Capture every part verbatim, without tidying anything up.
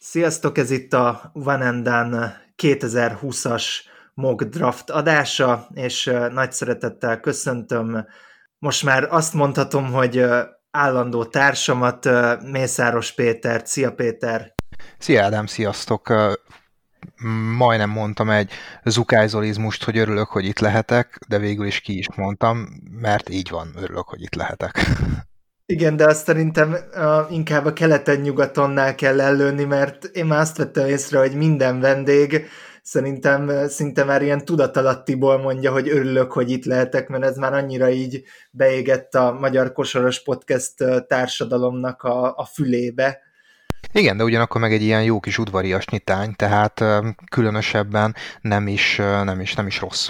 Sziasztok, ez itt a One and Done kétezer-húszas mock draft adása, és nagy szeretettel köszöntöm. Most már azt mondhatom, hogy állandó társamat, Mészáros Pétert. Szia Péter! Szia Ádám, sziasztok! Majdnem mondtam egy zukályzolizmust, hogy örülök, hogy itt lehetek, de végül is ki is mondtam, mert így van, örülök, hogy itt lehetek. Igen, de azt szerintem uh, inkább a keleten-nyugatonnál kell ellőni, mert én már azt vettem észre, hogy minden vendég szerintem szinte már ilyen tudatalattiból mondja, hogy örülök, hogy itt lehetek, mert ez már annyira így beégett a Magyar Kosaras Podcast társadalomnak a, a fülébe. Igen, de ugyanakkor meg egy ilyen jó kis udvarias nyitány, tehát különösebben nem is, nem is, nem is rossz.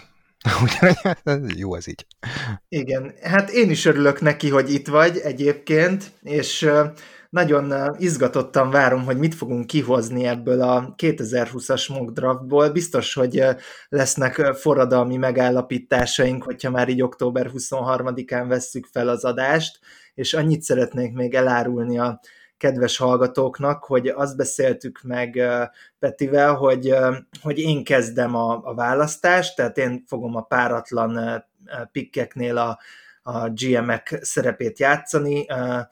Jó ez így. Igen, hát én is örülök neki, hogy itt vagy egyébként, és nagyon izgatottan várom, hogy mit fogunk kihozni ebből a kétezer-húszas mock draftból. Biztos, hogy lesznek forradalmi megállapításaink, hogyha már így október huszonharmadikán vesszük fel az adást, és annyit szeretnék még elárulni a kedves hallgatóknak, hogy azt beszéltük meg Petivel, hogy, hogy én kezdem a, a választást, tehát én fogom a páratlan pikkeknél a, a gé em-ek szerepét játszani,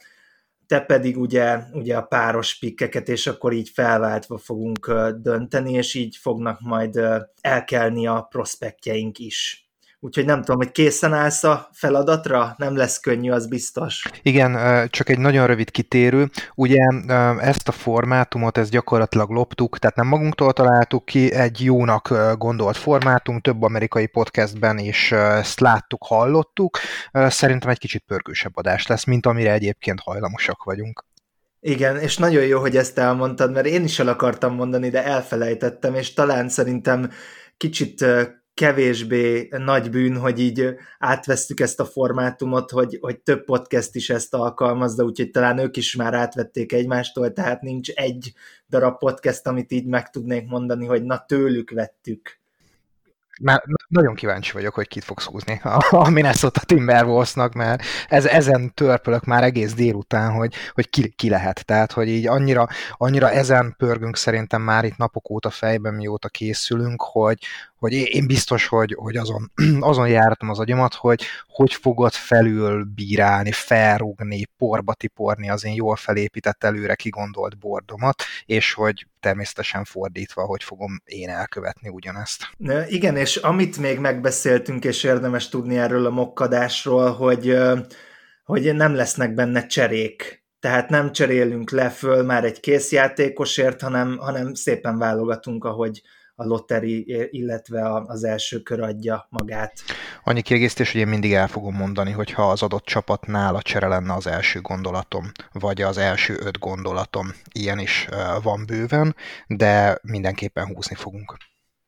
te pedig ugye, ugye a páros pikkeket, és akkor így felváltva fogunk dönteni, és így fognak majd elkelni a prospektjeink is. Úgyhogy nem tudom, hogy készen állsz a feladatra? Nem lesz könnyű, az biztos. Igen, csak egy nagyon rövid kitérő. Ugye ezt a formátumot, ezt gyakorlatilag loptuk, tehát nem magunktól találtuk ki, egy jónak gondolt formátum, több amerikai podcastben is ezt láttuk, hallottuk. Szerintem egy kicsit pörgősebb adás lesz, mint amire egyébként hajlamosak vagyunk. Igen, és nagyon jó, hogy ezt elmondtad, mert én is el akartam mondani, de elfelejtettem, és talán szerintem kicsit kevésbé nagy bűn, hogy így átvesztük ezt a formátumot, hogy, hogy több podcast is ezt alkalmazza, úgyhogy talán ők is már átvették egymástól, tehát nincs egy darab podcast, amit így meg tudnék mondani, hogy na tőlük vettük. Már nagyon kíváncsi vagyok, hogy kit fogsz húzni a Minnesota Timberwolvesnak, mert ez, ezen törpölök már egész délután, hogy, hogy ki, ki lehet. Tehát, hogy így annyira, annyira ezen pörgünk szerintem már itt napok óta fejben, mióta készülünk, hogy, hogy én biztos, hogy, hogy azon, azon jártam az agyamat, hogy hogy fogod felül bírálni, felrúgni, porba tiporni az én jól felépített, előre kigondolt bordomat, és hogy természetesen fordítva, hogy fogom én elkövetni ugyanezt. Igen, és amit még megbeszéltünk, és érdemes tudni erről a mokkadásról, hogy, hogy nem lesznek benne cserék. Tehát nem cserélünk le föl már egy készjátékosért, hanem, hanem szépen válogatunk, ahogy a lotteri, illetve az első kör adja magát. Annyi kiegészítés, hogy én mindig el fogom mondani, hogyha az adott csapatnál a csere lenne az első gondolatom, vagy az első öt gondolatom. Ilyen is van bőven, de mindenképpen húzni fogunk.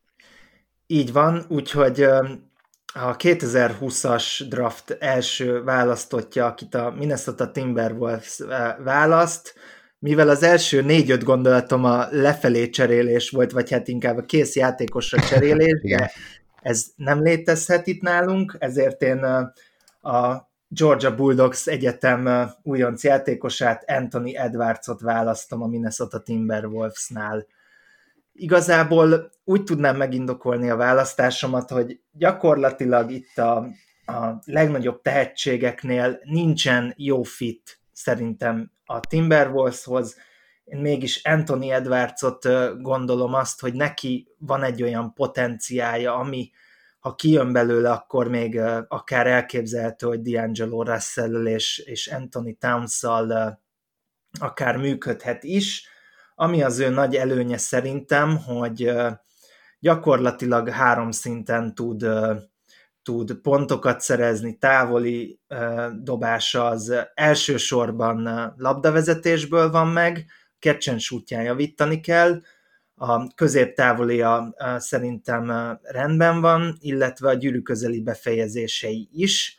Így van, úgyhogy a kétezer-húszas draft első választottja, akit a Minnesota Timberwolves választ, mivel az első négy-öt gondolatom a lefelé cserélés volt, vagy hát inkább a kész játékosra cserélés, de ez nem létezhet itt nálunk, ezért én a Georgia Bulldogs Egyetem újonc játékosát, Anthony Edwardsot választom a Minnesota Timberwolvesnál. Igazából úgy tudnám megindokolni a választásomat, hogy gyakorlatilag itt a, a legnagyobb tehetségeknél nincsen jó fit szerintem a Timberwolveshoz. Én mégis Anthony Edwardsot gondolom azt, hogy neki van egy olyan potenciálja, ami ha kijön belőle, akkor még akár elképzelhető, hogy D'Angelo Russell és, és Anthony Towns-szal akár működhet is. Ami az ő nagy előnye szerintem, hogy gyakorlatilag három szinten tud, tud pontokat szerezni, távoli dobása az elsősorban labdavezetésből van meg, catch and shootján javítani kell, a középtávolia szerintem rendben van, illetve a gyűrű közeli befejezései is.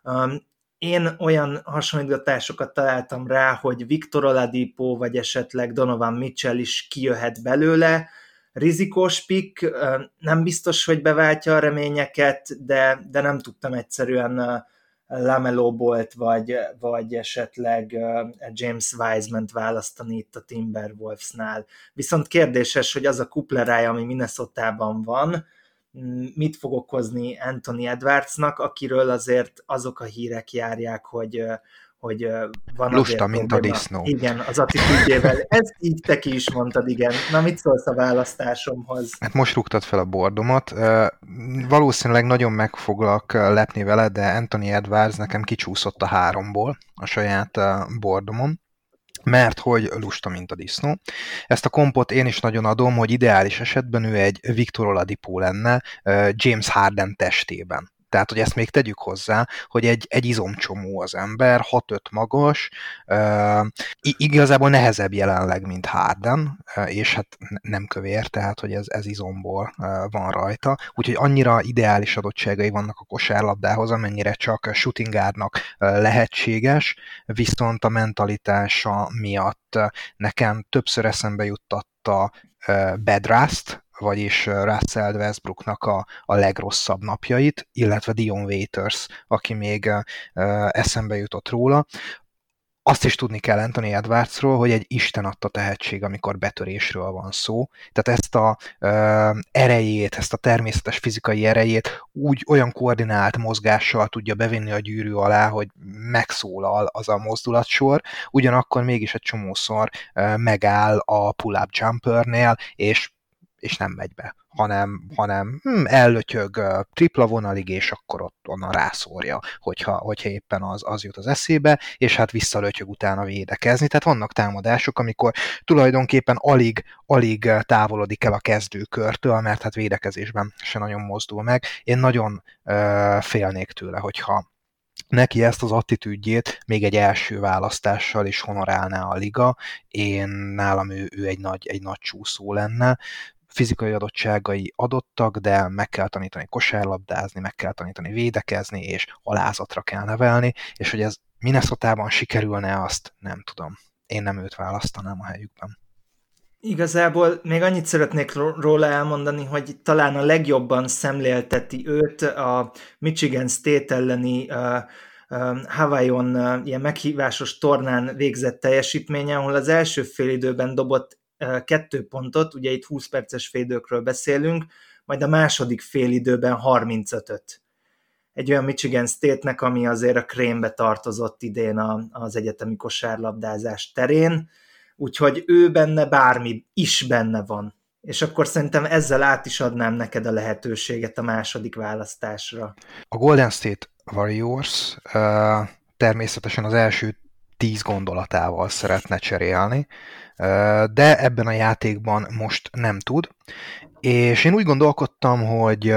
Én olyan hasonlítatásokat találtam rá, hogy Victor Oladipo vagy esetleg Donovan Mitchell is kijöhet belőle. Rizikós pick, nem biztos, hogy beváltja a reményeket, de, de nem tudtam egyszerűen LaMelo Ballt, vagy, vagy esetleg James Wiseman-t választani itt a Timberwolvesnál. Viszont kérdéses, hogy az a kuplerája, ami Minnesotában van, mit fog okozni Anthony Edwardsnak, akiről azért azok a hírek járják, hogy, hogy van Lusta, azért mint a probléma. disznó. Igen, az attitűdjével. Ezt így te ki is mondtad, igen. Na, mit szólsz a választásomhoz? Hát most rúgtad fel a bordomat. Valószínűleg nagyon meg foglak lepni vele, de Anthony Edwards nekem kicsúszott a háromból a saját bordomon, mert hogy lusta, mint a disznó. Ezt a kompot én is nagyon adom, hogy ideális esetben ő egy Victor Oladipo lenne James Harden testében. Tehát, hogy ezt még tegyük hozzá, hogy egy, egy izomcsomó az ember, hat öt magas, uh, igazából nehezebb jelenleg, mint Harden, uh, és hát nem kövér, tehát, hogy ez, ez izomból uh, van rajta. Úgyhogy annyira ideális adottságai vannak a kosárlabdához, amennyire csak shooting guardnak uh, lehetséges, viszont a mentalitása miatt uh, nekem többször eszembe juttatta uh, Bedrast, vagyis Russell Westbrooknak a, a legrosszabb napjait, illetve Dion Waiters, aki még uh, eszembe jutott róla. Azt is tudni kell Anthony Edwardsról, hogy egy isten adta tehetség, amikor betörésről van szó. Tehát ezt a uh, erejét, ezt a természetes fizikai erejét úgy olyan koordinált mozgással tudja bevinni a gyűrű alá, hogy megszólal az a mozdulatsor, ugyanakkor mégis egy csomószor uh, megáll a pull-up jumpernél, és és nem megy be, hanem, hanem hm, ellötyög tripla vonalig, és akkor ott onnan rászórja, hogyha, hogyha éppen az, az jut az eszébe, és hát visszalötyög utána védekezni. Tehát vannak támadások, amikor tulajdonképpen alig, alig távolodik el a kezdőkörtől, mert hát védekezésben se nagyon mozdul meg. Én nagyon uh, félnék tőle, hogyha neki ezt az attitűdjét még egy első választással is honorálná a liga. Én nálam ő, ő egy, nagy, egy nagy csúszó lenne. Fizikai adottságai adottak, de meg kell tanítani kosárlabdázni, meg kell tanítani védekezni, és alázatra kell nevelni, és hogy ez Minnesotában sikerülne, azt nem tudom. Én nem őt választanám a helyükben. Igazából még annyit szeretnék róla elmondani, hogy talán a legjobban szemlélteti őt a Michigan State elleni uh, uh, Hawaiion uh, ilyen meghívásos tornán végzett teljesítménye, ahol az első félidőben dobott kettő pontot, ugye itt húsz perces félidőkről beszélünk, majd a második félidőben harmincötöt. Egy olyan Michigan State-nek, ami azért a krémbe tartozott idén az egyetemi kosárlabdázás terén, úgyhogy ő benne bármi is benne van. És akkor szerintem ezzel át is adnám neked a lehetőséget a második választásra. A Golden State Warriors uh, természetesen az első tíz gondolatával szeretne cserélni, de ebben a játékban most nem tud, és én úgy gondolkodtam, hogy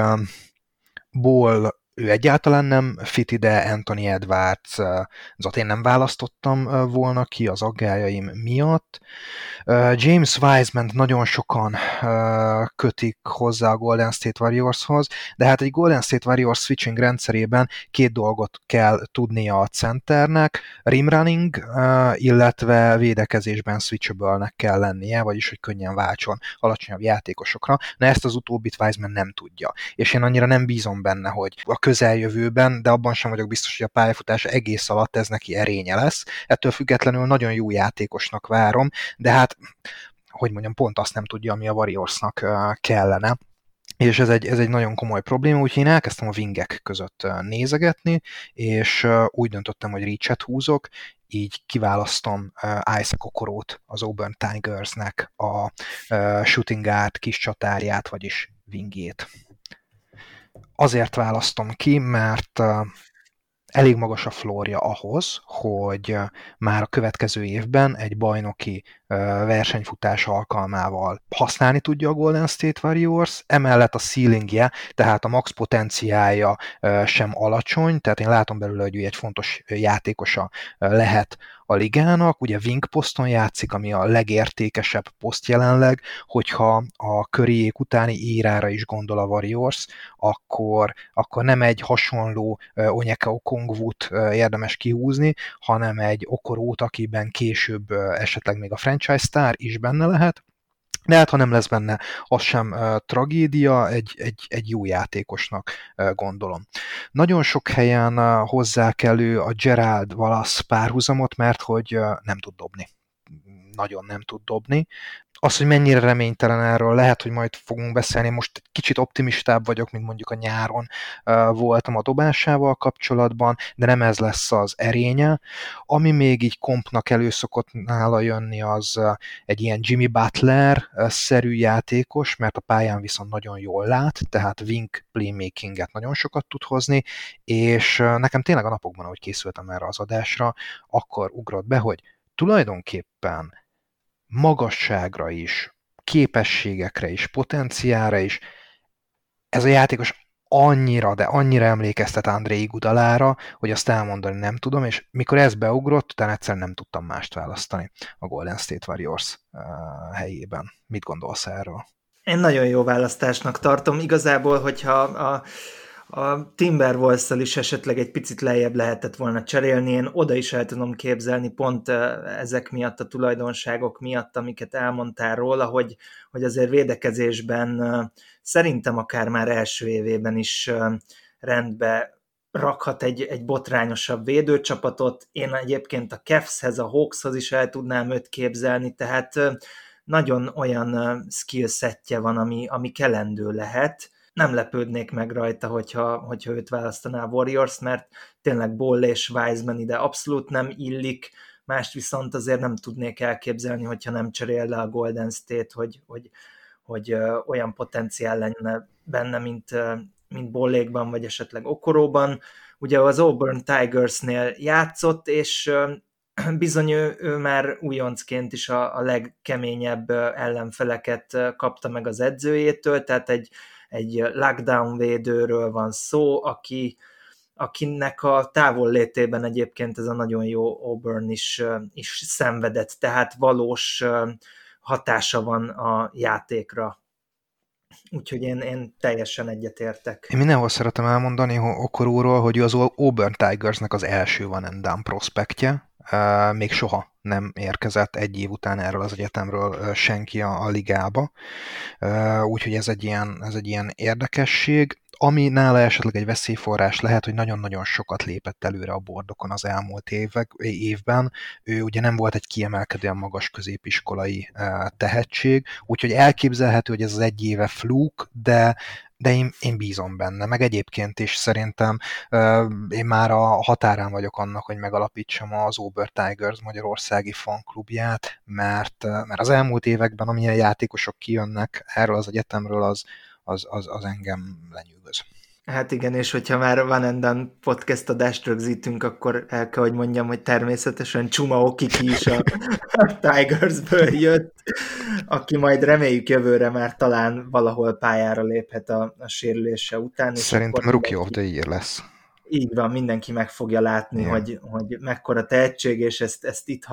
Ball ő egyáltalán nem fit ide, Anthony Edwards, azot én nem választottam volna ki az aggájaim miatt. James Wiseman nagyon sokan kötik hozzá a Golden State Warriorshoz, de hát egy Golden State Warriors switching rendszerében két dolgot kell tudnia a centernek, rimrunning, illetve védekezésben switchable-nek kell lennie, vagyis hogy könnyen váltson alacsonyabb játékosokra, de ezt az utóbbit Wiseman nem tudja. És én annyira nem bízom benne, hogy a közeljövőben, de abban sem vagyok biztos, hogy a pályafutása egész alatt ez neki erénye lesz. Ettől függetlenül nagyon jó játékosnak várom, de hát, hogy mondjam, pont azt nem tudja, ami a Warriorsnak kellene. És ez egy, ez egy nagyon komoly probléma, úgyhogy én elkezdtem a wingek között nézegetni, és úgy döntöttem, hogy reach-et húzok, így kiválasztom Isaac Okorót az Auburn Tigersnek a shooting guard kis csatárját, vagyis wingjét. Azért választom ki, mert elég magas a flórja ahhoz, hogy már a következő évben egy bajnoki versenyfutás alkalmával használni tudja a Golden State Warriors, emellett a ceilingje, tehát a max potenciálja sem alacsony, tehát én látom belőle, hogy ő egy fontos játékosa lehet a ligának, ugye wing poszton játszik, ami a legértékesebb poszt jelenleg, hogyha a Curryék utáni írára is gondol a Warriors, akkor, akkor nem egy hasonló Onyeka Okongwut érdemes kihúzni, hanem egy Okorót, akiben később esetleg még a franchise sztár is benne lehet, De hát, ha nem lesz benne, az sem uh, tragédia, egy, egy, egy jó játékosnak uh, gondolom. Nagyon sok helyen uh, hozzák elő a Gerald Wallace párhuzamot, mert hogy uh, nem tud dobni. Nagyon nem tud dobni. Az, hogy mennyire reménytelen erről, lehet, hogy majd fogunk beszélni. Most egy kicsit optimistább vagyok, mint mondjuk a nyáron uh, voltam a dobásával kapcsolatban, de nem ez lesz az erénye. Ami még így kompnak elő szokott nála jönni, az uh, egy ilyen Jimmy Butler-szerű játékos, mert a pályán viszont nagyon jól lát, tehát wing playmakinget nagyon sokat tud hozni, és uh, nekem tényleg a napokban, ahogy készültem erre az adásra, akkor ugrott be, hogy tulajdonképpen magasságra is, képességekre is, potenciára is. Ez a játékos annyira, de annyira emlékeztet André Iguodalára, hogy azt elmondani nem tudom, és mikor ez beugrott, utána egyszerűen nem tudtam mást választani a Golden State Warriors uh, helyében. Mit gondolsz erről? Én nagyon jó választásnak tartom. Igazából, hogyha a A Timberwolves-szal is esetleg egy picit lejjebb lehetett volna cserélni, én oda is el tudom képzelni, pont ezek miatt, a tulajdonságok miatt, amiket elmondtál róla, hogy, hogy azért védekezésben szerintem akár már első évében is rendbe rakhat egy, egy botrányosabb védőcsapatot. Én egyébként a Cavshez, a Hawkshoz is el tudnám őt képzelni, tehát nagyon olyan skillsetje van, ami, ami kelendő lehet. Nem lepődnék meg rajta, hogyha, hogyha őt választaná a Warriors, mert tényleg Ball és Wiseman ide abszolút nem illik, mást viszont azért nem tudnék elképzelni, hogyha nem cserél le a Golden State, hogy, hogy, hogy olyan potenciál lenne benne, mint, mint Ballékban, vagy esetleg Okoróban. Ugye az Auburn Tigersnél játszott, és bizony ő, ő már újoncként is a, a legkeményebb ellenfeleket kapta meg az edzőjétől, tehát egy egy lockdown védőről van szó, aki, akinek a távol létében egyébként ez a nagyon jó Auburn is, is szenvedett, tehát valós hatása van a játékra. Úgyhogy én, én teljesen egyetértek. Én mindenhol szeretem elmondani Okoróról, hogy ő az Auburn Tigersnek az első van and done prospektje. Uh, még soha nem érkezett egy év után erről az egyetemről uh, senki a, a ligába. Uh, úgyhogy ez egy, ilyen, ez egy ilyen érdekesség. Ami nála esetleg egy veszélyforrás lehet, hogy nagyon-nagyon sokat lépett előre a bordokon az elmúlt évek, évben. Ő ugye nem volt egy kiemelkedően magas középiskolai uh, tehetség, úgyhogy elképzelhető, hogy ez az egy éve flúk, de de én, én bízom benne, meg egyébként is szerintem uh, én már a határán vagyok annak, hogy megalapítsam az Auburn Tigers magyarországi fanklubját, mert, uh, mert az elmúlt években, amilyen játékosok kijönnek erről az egyetemről, az, az, az, az engem lenyűgöz. Hát igen, és hogyha már One and Done podcast adást rögzítünk, akkor el kell, hogy mondjam, hogy természetesen Chuma Okiki is a Tigersből jött, aki majd reméljük jövőre már talán valahol pályára léphet a, a sérülése után. És szerintem Rookie of the Year lesz. Így van, mindenki meg fogja látni, yeah. hogy, hogy mekkora tehetség, és ezt, ezt itt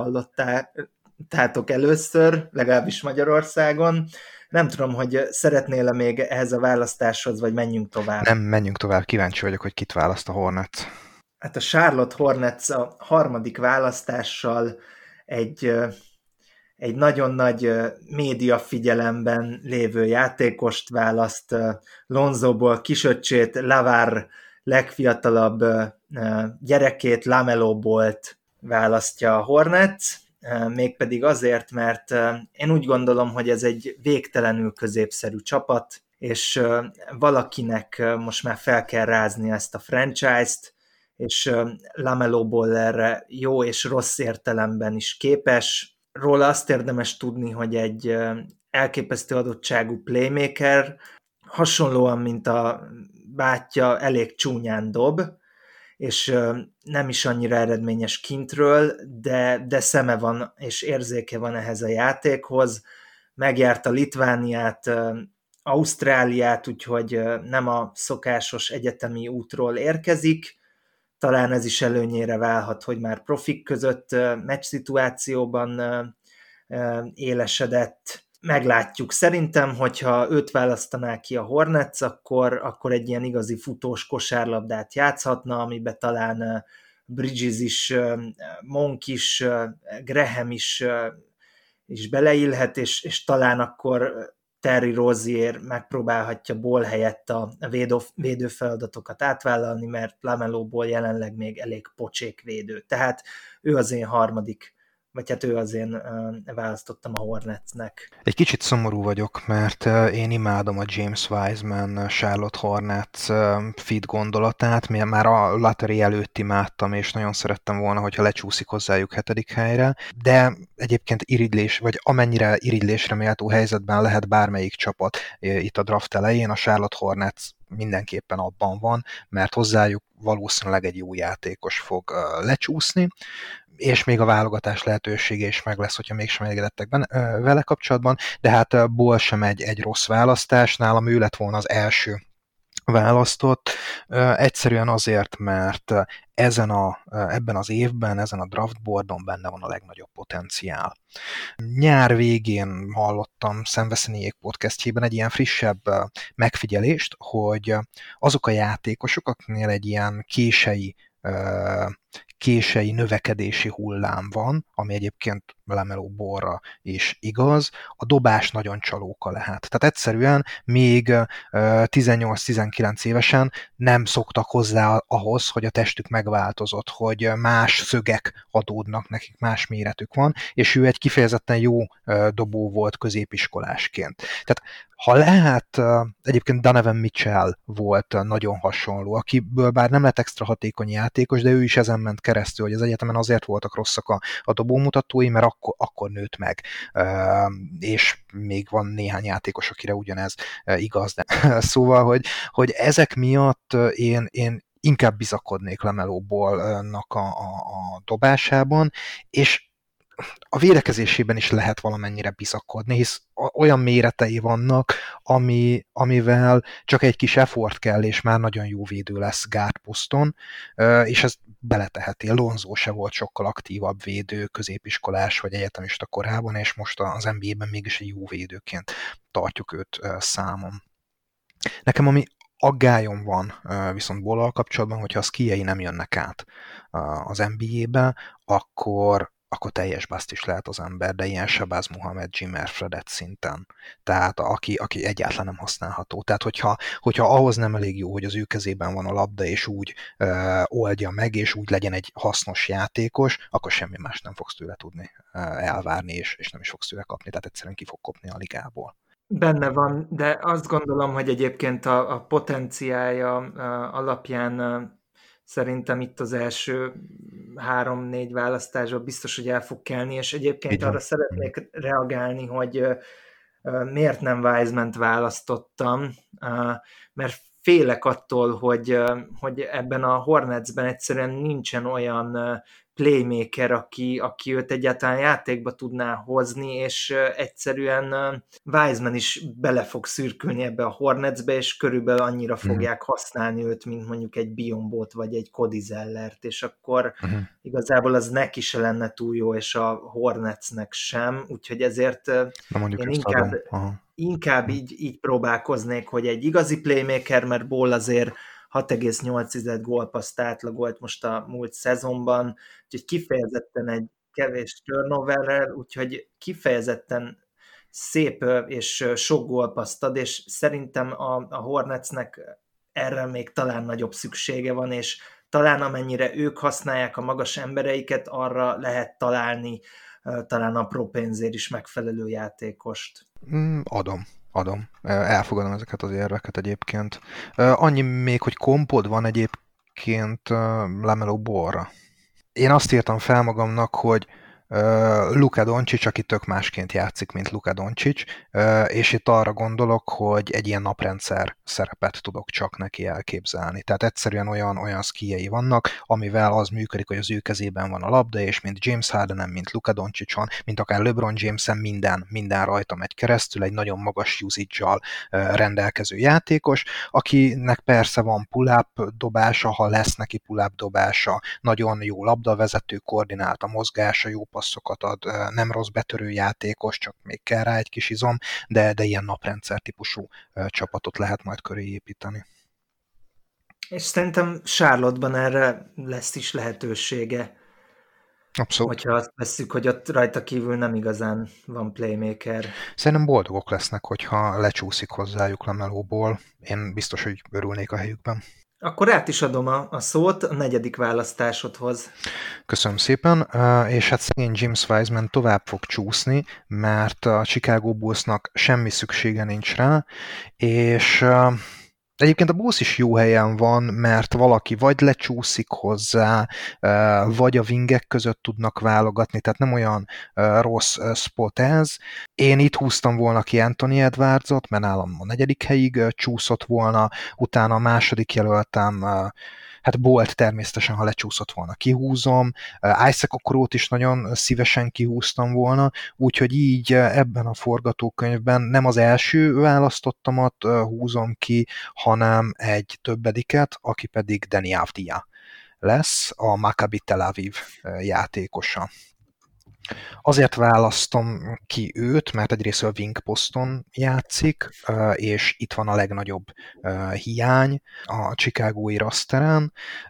hallottátok először, legalábbis Magyarországon. Nem tudom, hogy szeretnél-e még ehhez a választáshoz, vagy menjünk tovább? Nem, menjünk tovább. Kíváncsi vagyok, hogy kit választ a Hornets. Hát a Charlotte Hornets a harmadik választással egy, egy nagyon nagy média figyelemben lévő játékost választ, Lonzoból kisöccsét, Lavar legfiatalabb gyerekét, LaMelo Ballt választja a Hornets, mégpedig azért, mert én úgy gondolom, hogy ez egy végtelenül középszerű csapat, és valakinek most már fel kell rázni ezt a franchise-t, és LaMelo Ball erre jó és rossz értelemben is képes. Róla azt érdemes tudni, hogy egy elképesztő adottságú playmaker, hasonlóan, mint a bátyja, elég csúnyán dob, és nem is annyira eredményes kintről, de, de szeme van, és érzéke van ehhez a játékhoz. Megjárta Litvániát, Ausztráliát, úgyhogy nem a szokásos egyetemi útról érkezik. Talán ez is előnyére válhat, hogy már profik között meccs-szituációban élesedett. Meglátjuk. Szerintem, hogyha őt választaná ki a Hornets, akkor, akkor egy ilyen igazi futós kosárlabdát játszhatna, amiben talán Bridges is, Monk is, Graham is is beleillhet, és, és talán akkor Terry Rozier megpróbálhatja Ball helyett a védő, védőfeladatokat átvállalni, mert LaMelo Ball jelenleg még elég pocsék védő. Tehát ő az én harmadik, vagy hát ő az én uh, választottam a Hornetsnek. Egy kicsit szomorú vagyok, mert én imádom a James Wiseman Charlotte Hornets fit gondolatát, már a lottery előtt imádtam, és nagyon szerettem volna, hogyha lecsúszik hozzájuk hetedik helyre, de egyébként irigylés, vagy amennyire irigylésre méltó helyzetben lehet bármelyik csapat itt a draft elején, a Charlotte Hornets mindenképpen abban van, mert hozzájuk valószínűleg egy jó játékos fog lecsúszni, és még a válogatás lehetősége is meg lesz, hogyha mégsem elégedettek benne, vele kapcsolatban, de hát Ball sem egy, egy rossz választás, nálam ő lett volna az első választott, egyszerűen azért, mert ezen a, ebben az évben, ezen a draftboardon benne van a legnagyobb potenciál. Nyár végén hallottam Sam Veceniék podcastjében egy ilyen frissebb megfigyelést, hogy azok a játékosok, akiknél egy ilyen kései kései növekedési hullám van, ami egyébként LaMelo Ballra is igaz, a dobás nagyon csalóka lehet. Tehát egyszerűen még tizennyolc-tizenkilenc évesen nem szoktak hozzá ahhoz, hogy a testük megváltozott, hogy más szögek adódnak nekik, más méretük van, és ő egy kifejezetten jó dobó volt középiskolásként. Tehát ha lehet, egyébként Donovan Mitchell volt nagyon hasonló, akiből bár nem lett extra hatékony játékos, de ő is ezen ment keresztül, hogy az egyetemen azért voltak rosszak a, a dobómutatói, mert akkor, akkor nőtt meg. És még van néhány játékos, akire ugyanez igaz. De. Szóval, hogy, hogy ezek miatt én, én inkább bizakodnék LaMelo Ballnak a, a, a dobásában, és a védekezésében is lehet valamennyire bizakodni, hisz olyan méretei vannak, ami, amivel csak egy kis effort kell, és már nagyon jó védő lesz guard poszton, és ez beleteheti. Lonzo se volt sokkal aktívabb védő, középiskolás vagy egyetemista korában, és most az en bé á-ben mégis egy jó védőként tartjuk őt számon. Nekem ami aggályom van viszont Ballal kapcsolatban, hogyha a skijei nem jönnek át az en bé á-be, akkor akkor teljes baszt is lehet az ember, de ilyen Shabazz Muhammad, Jimmer Fredette szinten. Tehát aki, aki egyáltalán nem használható. Tehát hogyha, hogyha ahhoz nem elég jó, hogy az ő kezében van a labda, és úgy ö, oldja meg, és úgy legyen egy hasznos játékos, akkor semmi más nem fogsz tőle tudni ö, elvárni, és, és nem is fogsz tőle kapni, tehát egyszerűen ki fog kopni a ligából. Benne van, de azt gondolom, hogy egyébként a, a potenciálja a, alapján a, szerintem itt az első három-négy választásban biztos, hogy el fog kelni, és egyébként Igen. arra szeretnék reagálni, hogy uh, miért nem Wisemant választottam, uh, mert félek attól, hogy, uh, hogy ebben a Hornetsben egyszerűen nincsen olyan uh, playmaker, aki, aki őt egyáltalán játékba tudná hozni, és uh, egyszerűen uh, Wiseman is bele fog szürkülni ebbe a Hornetsbe, és körülbelül annyira mm. fogják használni őt, mint mondjuk egy Biombot, vagy egy Cody Zellert, és akkor mm. igazából az neki se lenne túl jó, és a Hornetsnek sem, úgyhogy ezért uh, én inkább, inkább így, így próbálkoznék, hogy egy igazi playmaker, mert Ball azért hat egész nyolc gólpasszt átlagolt most a múlt szezonban, úgyhogy kifejezetten egy kevés turnoverrel, úgyhogy kifejezetten szép és sok gólpasszt ad, és szerintem a, a Hornetsnek erre még talán nagyobb szüksége van, és talán amennyire ők használják a magas embereiket, arra lehet találni talán apró pénzért is megfelelő játékost. Mm, adom. Adom. Elfogadom ezeket az érveket egyébként. Annyi még, hogy kompod van egyébként LaMelo Ballra. Én azt írtam fel magamnak, hogy Luka Doncic, aki tök másként játszik, mint Luka Doncic, és itt arra gondolok, hogy egy ilyen naprendszer szerepet tudok csak neki elképzelni. Tehát egyszerűen olyan, olyan skijei vannak, amivel az működik, hogy az ő kezében van a labda, és mint James Harden, mint Luka Doncicon, mint akár LeBron James-en minden, minden rajta megy keresztül, egy nagyon magas usage-al rendelkező játékos, akinek persze van pull-up dobása, ha lesz neki pull-up dobása, nagyon jó labdavezető, koordinált a mozgása, jó passzokat ad, nem rossz betörő játékos, csak még kell rá egy kis izom, de, de ilyen naprendszer típusú csapatot lehet majd köré építeni. És szerintem Charlotte-ban erre lesz is lehetősége. Abszolút. hogyha azt vesszük, hogy ott rajta kívül nem igazán van playmaker. Szerintem boldogok lesznek, hogyha lecsúszik hozzájuk Lamelóból. Én biztos, hogy örülnék a helyükben. Akkor át is adom a, a szót a negyedik választásodhoz. Köszönöm szépen, és hát szegény James Wiseman tovább fog csúszni, mert a Chicago Bullsnak semmi szüksége nincs rá, és egyébként a Bulls is jó helyen van, mert valaki vagy lecsúszik hozzá, vagy a wingek között tudnak válogatni, tehát nem olyan rossz spot ez. Én itt húztam volna ki Anthony Edwardsot, mert nálam a negyedik helyig csúszott volna, utána a második jelöltem, hát Bolt természetesen, ha lecsúszott volna, kihúzom. Isaac Okorót is nagyon szívesen kihúztam volna, úgyhogy így ebben a forgatókönyvben nem az első választottamat húzom ki, hanem egy többediket, aki pedig Deni Avdija lesz, a Maccabi Tel Aviv játékosa. Azért választom ki őt, mert egyrészt a wing poszton játszik, és itt van a legnagyobb hiány a chicagói rosteren.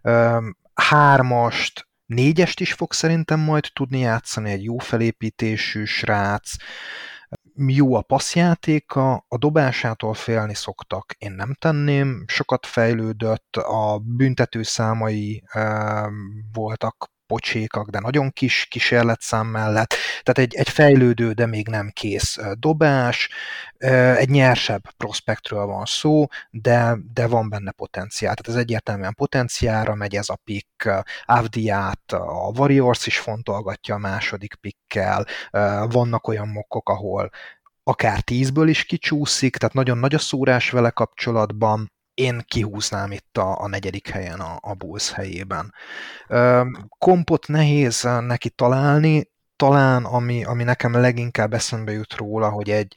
Hármast, négyest is fog szerintem majd tudni játszani, egy jó felépítésű srác, jó a passzjátéka, a dobásától félni szoktak, én nem tenném, sokat fejlődött, a büntetőszámai e, voltak pocsékak, de nagyon kis kísérletszám mellett, tehát egy, egy fejlődő, de még nem kész dobás, egy nyersebb prospektről van szó, de, de van benne potenciál, tehát ez egyértelműen potenciálra megy ez a pick, Avdiját a Warriors is fontolgatja a második pickkel, vannak olyan mokkok, ahol akár tízből is kicsúszik, tehát nagyon nagy a szórás vele kapcsolatban, én kihúznám itt a, a negyedik helyen a, a Bulls helyében. Kompot nehéz neki találni, talán ami, ami nekem leginkább eszembe jut róla, hogy egy,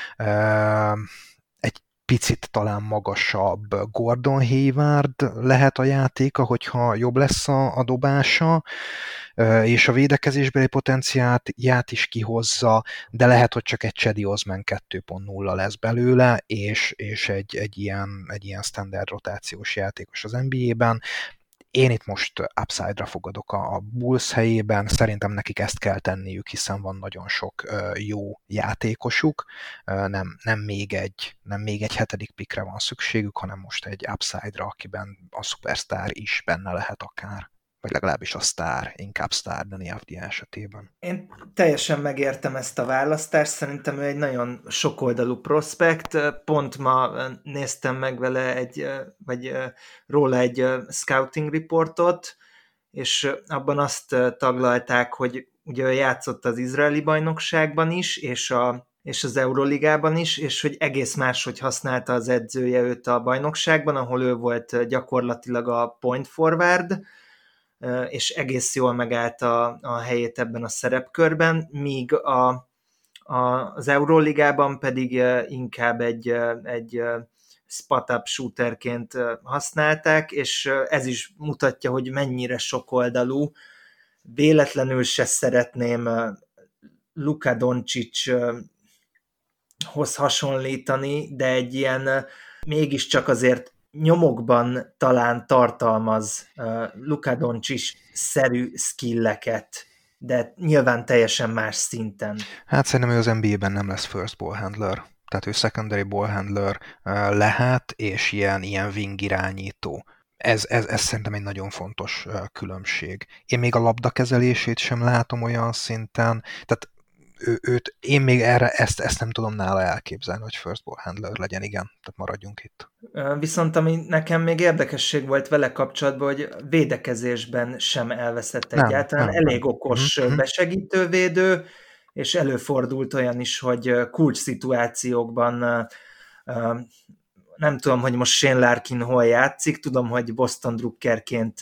egy picit talán magasabb Gordon Hayward lehet a játéka, hogyha jobb lesz a, a dobása, és a védekezésbeli potenciálját is kihozza, de lehet, hogy csak egy Cedi Osman kettő pont nulla lesz belőle, és, és egy, egy, ilyen, egy ilyen standard rotációs játékos az en bé á-ben. Én itt most upside-ra fogadok a, a Bulls helyében, szerintem nekik ezt kell tenniük, hiszen van nagyon sok uh, jó játékosuk, uh, nem, nem, még egy, nem még egy hetedik pickre van szükségük, hanem most egy upside-ra, akiben a superstar is benne lehet akár. Vagy legalábbis a sztár, inkább sztár Deni Avdija esetében. Én teljesen megértem ezt a választást, szerintem ő egy nagyon sokoldalú prospekt, pont ma néztem meg vele egy, vagy róla egy scouting reportot, és abban azt taglalták, hogy ugye ő játszott az izraeli bajnokságban is, és, a, és az Euroligában is, és hogy egész máshogy használta az edzője őt a bajnokságban, ahol ő volt gyakorlatilag a point forward, és egész jól megállt a, a helyét ebben a szerepkörben, míg a, a, az Euróligában pedig inkább egy, egy spot-up shooterként használták, és ez is mutatja, hogy mennyire sokoldalú. Véletlenül se szeretném Luka Doncichoz hasonlítani, de egy ilyen mégiscsak azért nyomokban talán tartalmaz uh, Luka Doncic-szerű skilleket, de nyilván teljesen más szinten. Hát szerintem ő az en bé á-ben nem lesz first ball handler, tehát ő secondary ball handler uh, lehet, és ilyen, ilyen wing irányító. Ez, ez, ez szerintem egy nagyon fontos uh, különbség. Én még a labdakezelését sem látom olyan szinten, tehát ő, őt, én még erre ezt, ezt nem tudom nála elképzelni, hogy first ball handler legyen, igen, tehát maradjunk itt. Viszont ami nekem még érdekesség volt vele kapcsolatban, hogy védekezésben sem elveszett nem, egyáltalán, nem, elég nem. okos mm-hmm. besegítővédő, és előfordult olyan is, hogy kulcs szituációkban nem tudom, hogy most Shane Larkin hol játszik, tudom, hogy Boston Druckerként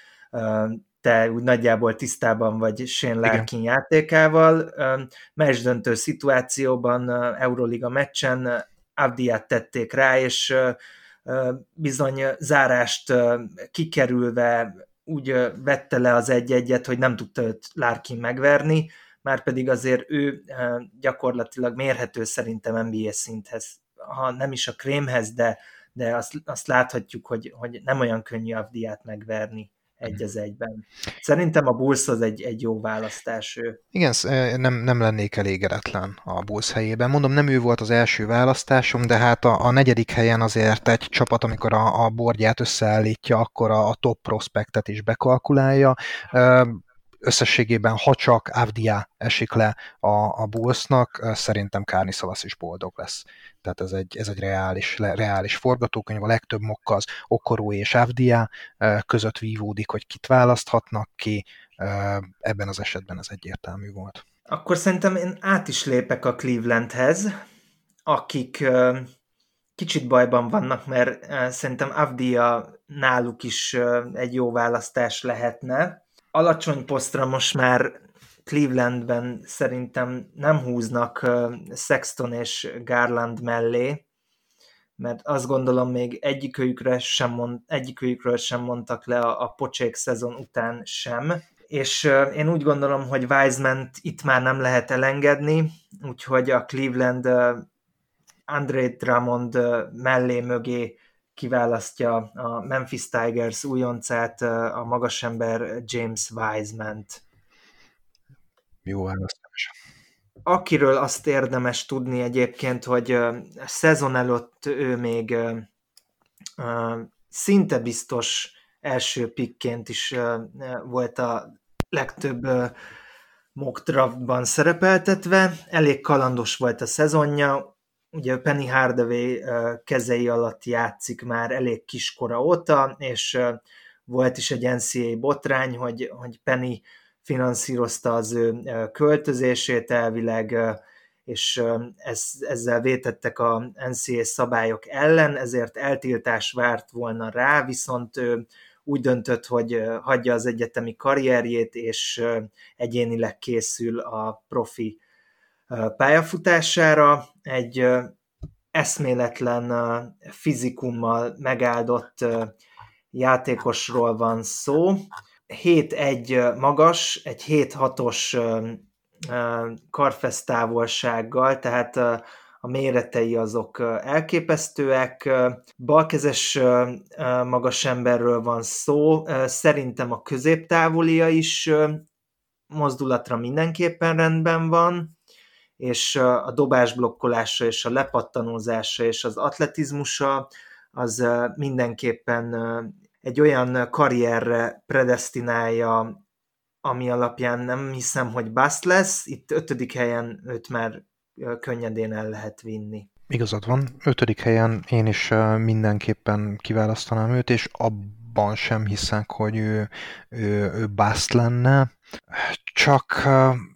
te úgy nagyjából tisztában vagy Shane Larkin Igen. játékával. Meccsdöntő szituációban, Euroliga meccsen Avdiját tették rá, és bizony zárást kikerülve úgy vette le az egy-egyet, hogy nem tudta őt Larkin megverni, már pedig azért ő gyakorlatilag mérhető szerintem en bé á szinthez, ha nem is a krémhez, de, de azt, azt láthatjuk, hogy, hogy nem olyan könnyű Avdiját megverni egy az egyben. Szerintem a Bulls az egy, egy jó választás ő. Igen, nem, nem lennék elégedetlen a Bulls helyében. Mondom, nem ő volt az első választásom, de hát a, a negyedik helyen azért egy csapat, amikor a, a bordját összeállítja, akkor a, a top prospektet is bekalkulálja. Összességében, ha csak Avdia esik le a, a Bullsnak, szerintem Karnisovas is boldog lesz. Tehát ez egy, ez egy reális, reális forgatókönyv, a legtöbb mokka az Okoro és Avdia között vívódik, hogy kit választhatnak ki, ebben az esetben ez egyértelmű volt. Akkor szerintem én át is lépek a Clevelandhez, akik kicsit bajban vannak, mert szerintem Avdia náluk is egy jó választás lehetne. Alacsony posztra most már Clevelandben szerintem nem húznak Sexton és Garland mellé, mert azt gondolom még egyikőjükről sem, mond, egyikőjükről sem mondtak le a, a pocsék szezon után sem, és én úgy gondolom, hogy Wiseman-t itt már nem lehet elengedni, úgyhogy a Cleveland Andre Drummond mellé mögé kiválasztja a Memphis Tigers újoncát, a magasember James Wiseman-t. Jó választás. Akiről azt érdemes tudni egyébként, hogy a szezon előtt ő még szinte biztos első pickként is volt a legtöbb mock draftban szerepeltetve. Elég kalandos volt a szezonja, ugye Penny Hardaway kezei alatt játszik már elég kiskora óta, és volt is egy en cé á á botrány, hogy, hogy Penny finanszírozta az ő költözését elvileg, és ez, ezzel vétettek a en cé á á szabályok ellen, ezért eltiltás várt volna rá, viszont ő úgy döntött, hogy hagyja az egyetemi karrierjét, és egyénileg készül a profi pályafutására. Egy eszméletlen fizikummal megáldott játékosról van szó. hét egy magas, egy hét hatos karfesztávolsággal, tehát a méretei azok elképesztőek. Balkezes magas emberről van szó, szerintem a középtávolia is mozdulatra mindenképpen rendben van, és a dobásblokkolása és a lepattanózása és az atletizmusa az mindenképpen egy olyan karrierre predesztinálja, ami alapján nem hiszem, hogy bust lesz. Itt ötödik helyen őt már könnyedén el lehet vinni. Igazad van, ötödik helyen én is mindenképpen kiválasztanám őt, és abban sem hiszek, hogy ő, ő, ő bust lenne, csak...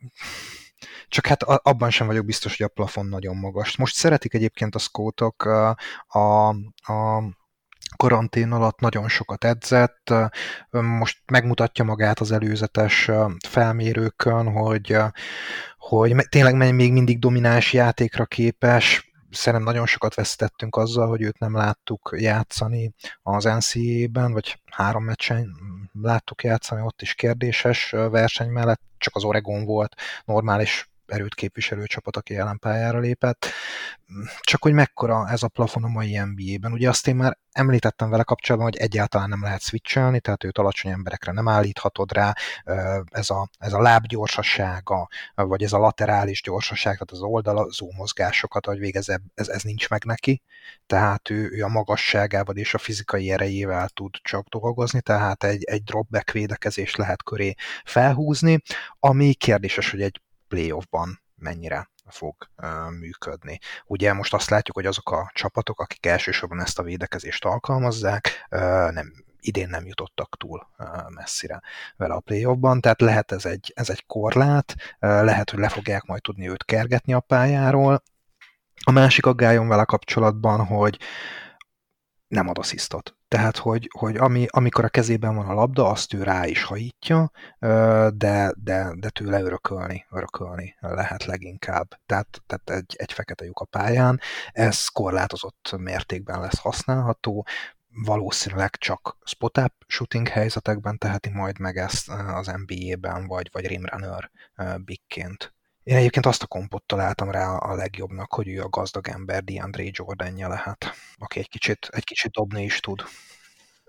Csak hát abban sem vagyok biztos, hogy a plafon nagyon magas. Most szeretik egyébként a scoutok a, a, a karantén alatt nagyon sokat edzett, most megmutatja magát az előzetes felmérőkön, hogy, hogy tényleg még mindig domináns játékra képes. Szerintem nagyon sokat vesztettünk azzal, hogy őt nem láttuk játszani az en cé á á-ben, vagy három meccsen láttuk játszani, ott is kérdéses verseny mellett, csak az Oregon volt normális erőt képviselő csapat, aki ellenpályára lépett. Csak hogy mekkora ez a plafon a mai en bé á-ben. Ugye azt én már említettem vele kapcsolatban, hogy egyáltalán nem lehet switchelni, tehát őt alacsony emberekre nem állíthatod rá, ez a, ez a láb gyorsasága, vagy ez a laterális gyorsaság, tehát az oldalazó mozgásokat, ahogy végez, ez, ez nincs meg neki, tehát ő, ő a magasságával és a fizikai erejével tud csak dolgozni, tehát egy, egy dropback védekezést lehet köré felhúzni, ami kérdéses, hogy egy playoffban mennyire fog uh, működni. Ugye most azt látjuk, hogy azok a csapatok, akik elsősorban ezt a védekezést alkalmazzák, uh, nem, idén nem jutottak túl uh, messzire vele a playoffban, tehát lehet ez egy, ez egy korlát, uh, lehet, hogy le fogják majd tudni őt kergetni a pályáról. A másik aggályom vele kapcsolatban, hogy nem ad asszisztot. Tehát, hogy, hogy ami, amikor a kezében van a labda, azt ő rá is hajítja, de, de, de tőle örökölni, örökölni lehet leginkább. Tehát, tehát egy, egy fekete lyuk a pályán, ez korlátozott mértékben lesz használható, valószínűleg csak spot-up shooting helyzetekben teheti majd meg ezt az en bé á-ben, vagy, vagy rimrunner bigként. Én egyébként azt a kompot találtam rá a legjobbnak, hogy ő a gazdag ember DeAndre Jordan-ja lehet, aki egy kicsit, egy kicsit dobni is tud.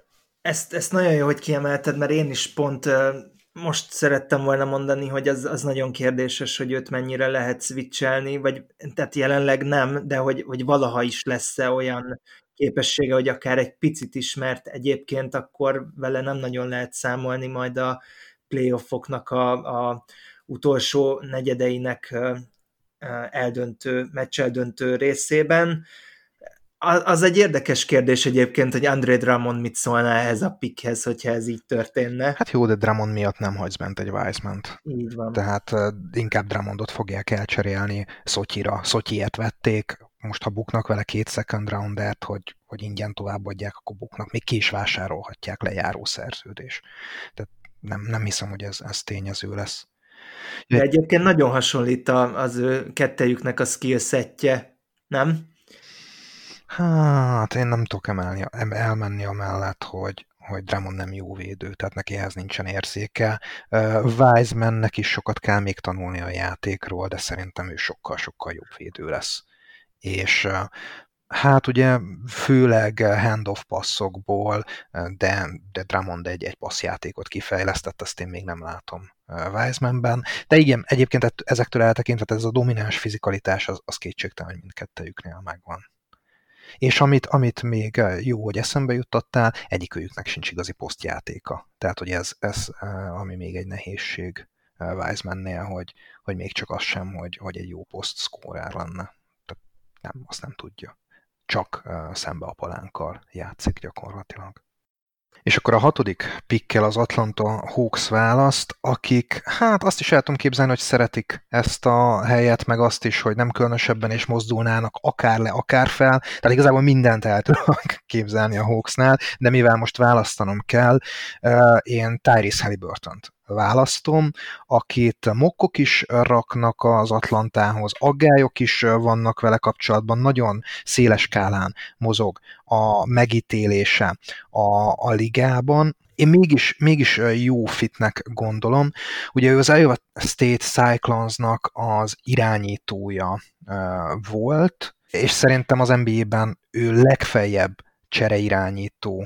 ezt, ezt nagyon jó, hogy kiemelted, mert én is pont most szerettem volna mondani, hogy az, az nagyon kérdéses, hogy őt mennyire lehet switchelni, vagy tehát jelenleg nem, de hogy, hogy valaha is lesz-e olyan képessége, hogy akár egy picit is, mert egyébként akkor vele nem nagyon lehet számolni majd a playoffoknak a, a utolsó negyedeinek eldöntő, meccseldöntő részében. Az egy érdekes kérdés egyébként, hogy André Drummond mit szólna ehhez a pickhez, hogyha ez így történne. Hát jó, de Drummond miatt nem hagysz bent egy Wiseman-t. Így van. Tehát uh, inkább Drummondot fogják elcserélni Szotyira. Szotyiet vették, most ha buknak vele két second roundert, hogy, hogy ingyen továbbadják, akkor buknak. Még ki is vásárolhatják, lejáró szerződés. Tehát nem, nem hiszem, hogy ez, ez tényező lesz. De egyébként nagyon hasonlít az ő kettejüknek a skillsetje, nem? Hát én nem tudok emelni, elmenni amellett, hogy, hogy Drummond nem jó védő, tehát neki ehhez nincsen érzéke. Uh, Wisemannek is sokat kell még tanulni a játékról, de szerintem ő sokkal-sokkal jobb védő lesz. És uh, hát ugye főleg hand-off passzokból, de, de Drummond egy, egy passzjátékot kifejlesztett, azt én még nem látom Wisemanben. De igen, egyébként ezektől eltekintve ez a domináns fizikalitás az, az kétségtelen, hogy mindkettejüknél megvan. És amit, amit még jó, hogy eszembe juttattál, egyikőjüknek sincs igazi posztjátéka. Tehát, hogy ez, ez ami még egy nehézség Wisemannél, hogy, hogy még csak az sem, hogy, hogy egy jó poszt scorer lenne. Tehát nem, azt nem tudja. Csak szembe a palánkkal játszik gyakorlatilag. És akkor a hatodik pickkel az Atlanta Hawks választ, akik, hát azt is el tudom képzelni, hogy szeretik ezt a helyet, meg azt is, hogy nem különösebben is mozdulnának akár le, akár fel. Tehát igazából mindent el tudok képzelni a Hawksnál, de mivel most választanom kell, én Tyrese Haliburtont választom, akit mokkok is raknak az Atlantához, aggályok is vannak vele kapcsolatban, nagyon széles skálán mozog a megítélése a, a ligában. Én mégis, mégis jó fitnek gondolom. Ugye ő az Iowa State Cyclonesnak az irányítója volt, és szerintem az en bé á-ben ő legfeljebb csereirányító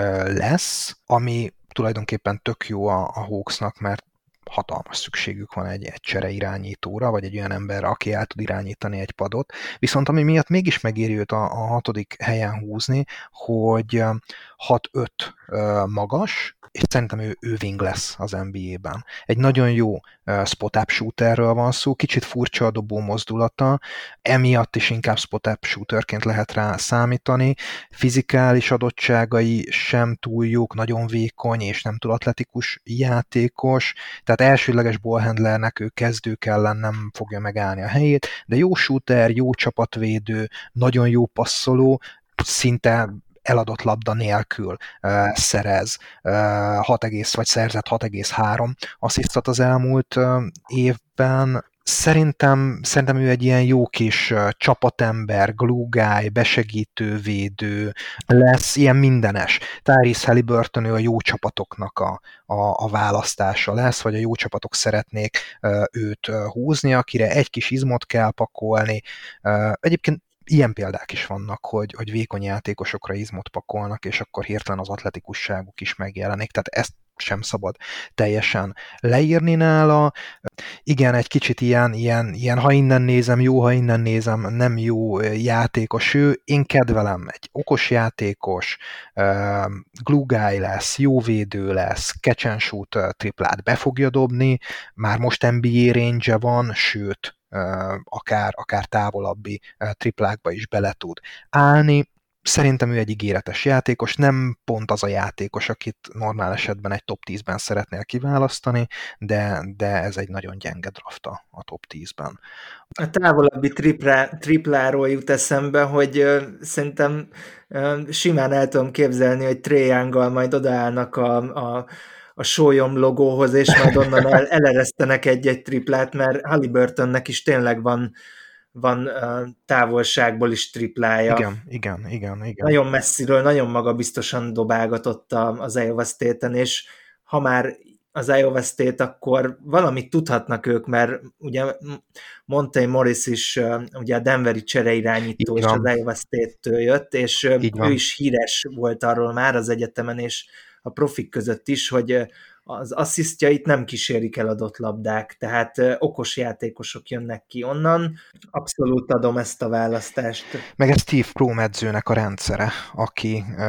lesz, ami tulajdonképpen tök jó a, a Hawksnak, mert hatalmas szükségük van egy, egy csere irányítóra, vagy egy olyan emberre, aki el tud irányítani egy padot. Viszont ami miatt mégis megéri őt a, a hatodik helyen húzni, hogy hat öt magas, és szerintem ő, ő wing lesz az en bé á-ben. Egy nagyon jó uh, spot-up shooterről van szó, kicsit furcsa a dobó mozdulata, emiatt is inkább spot-up shooterként lehet rá számítani. Fizikális adottságai sem túl jók, nagyon vékony és nem túl atletikus játékos, tehát elsődleges ballhandlernek ő kezdők ellen nem fogja megállni a helyét, de jó shooter, jó csapatvédő, nagyon jó passzoló, szinte eladott labda nélkül uh, szerez uh, hat egész, vagy szerzett hat egész három asszisztot az elmúlt uh, évben. Szerintem, szerintem ő egy ilyen jó kis uh, csapatember, glue guy, besegítő védő lesz, ilyen mindenes. Tyrese Haliburton ő a jó csapatoknak a, a, a választása lesz, vagy a jó csapatok szeretnék uh, őt uh, húzni, akire egy kis izmot kell pakolni. Uh, egyébként ilyen példák is vannak, hogy, hogy vékony játékosokra izmot pakolnak, és akkor hirtelen az atletikusságuk is megjelenik, tehát ezt sem szabad teljesen leírni nála. Igen, egy kicsit ilyen, ilyen, ilyen ha innen nézem, jó, ha innen nézem, nem jó játékos ő. Én kedvelem, egy okos játékos, uh, glue guy lesz, jó védő lesz, catch and shoot triplát be fogja dobni, már most en bé á range van, sőt, Uh, akár, akár távolabbi uh, triplákba is bele tud állni. Szerintem ő egy ígéretes játékos, nem pont az a játékos, akit normál esetben egy top tízben szeretnél kiválasztani, de, de ez egy nagyon gyenge draft a, a top tízben. A távolabbi triplá, tripláról jut eszembe, hogy uh, szerintem uh, simán el tudom képzelni, hogy Trae Younggal majd odaállnak a, a a sólyom logóhoz, és majd onnan el, eleresztenek egy-egy triplát, mert Haliburtonnek is tényleg van, van uh, távolságból is triplája. Igen, igen, igen, igen. Nagyon messziről, nagyon magabiztosan dobálgatott az Iowa State-en, és ha már az Iowa State, akkor valamit tudhatnak ők, mert ugye Monte Morris is ugye a denveri csereirányító, és az Iowa State-től jött, és ő is híres volt arról már az egyetemen, és a profik között is, hogy az asszisztjait nem kísérik el adott labdák, tehát okos játékosok jönnek ki onnan. Abszolút adom ezt a választást. Meg ez Steve Prohm edzőnek a rendszere, aki uh,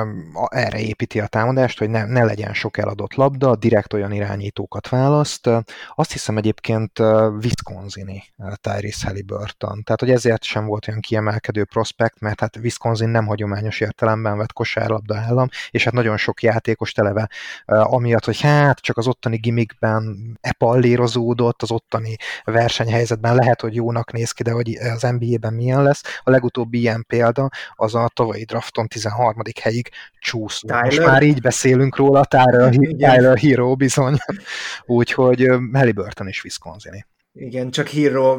erre építi a támadást, hogy ne, ne legyen sok eladott labda, direkt olyan irányítókat választ. Azt hiszem egyébként uh, Wisconsin-i uh, Tyrese Haliburton. Tehát, hogy ezért sem volt olyan kiemelkedő prospekt, mert hát Wisconsin nem hagyományos értelemben vett kosárlabda állam, és hát nagyon sok játékos televe uh, amiatt, hogy hát csak az ottani gimmickben epallérozódott, az ottani versenyhelyzetben lehet, hogy jónak néz ki, de hogy az en bé á-ben milyen lesz. A legutóbbi ilyen példa az a tavalyi drafton tizenharmadik helyig csúszó. Tyler? Most már így beszélünk róla, Tyler, Tyler Hero bizony. Úgyhogy Haliburton is Wisconsin-i. Igen, csak Hero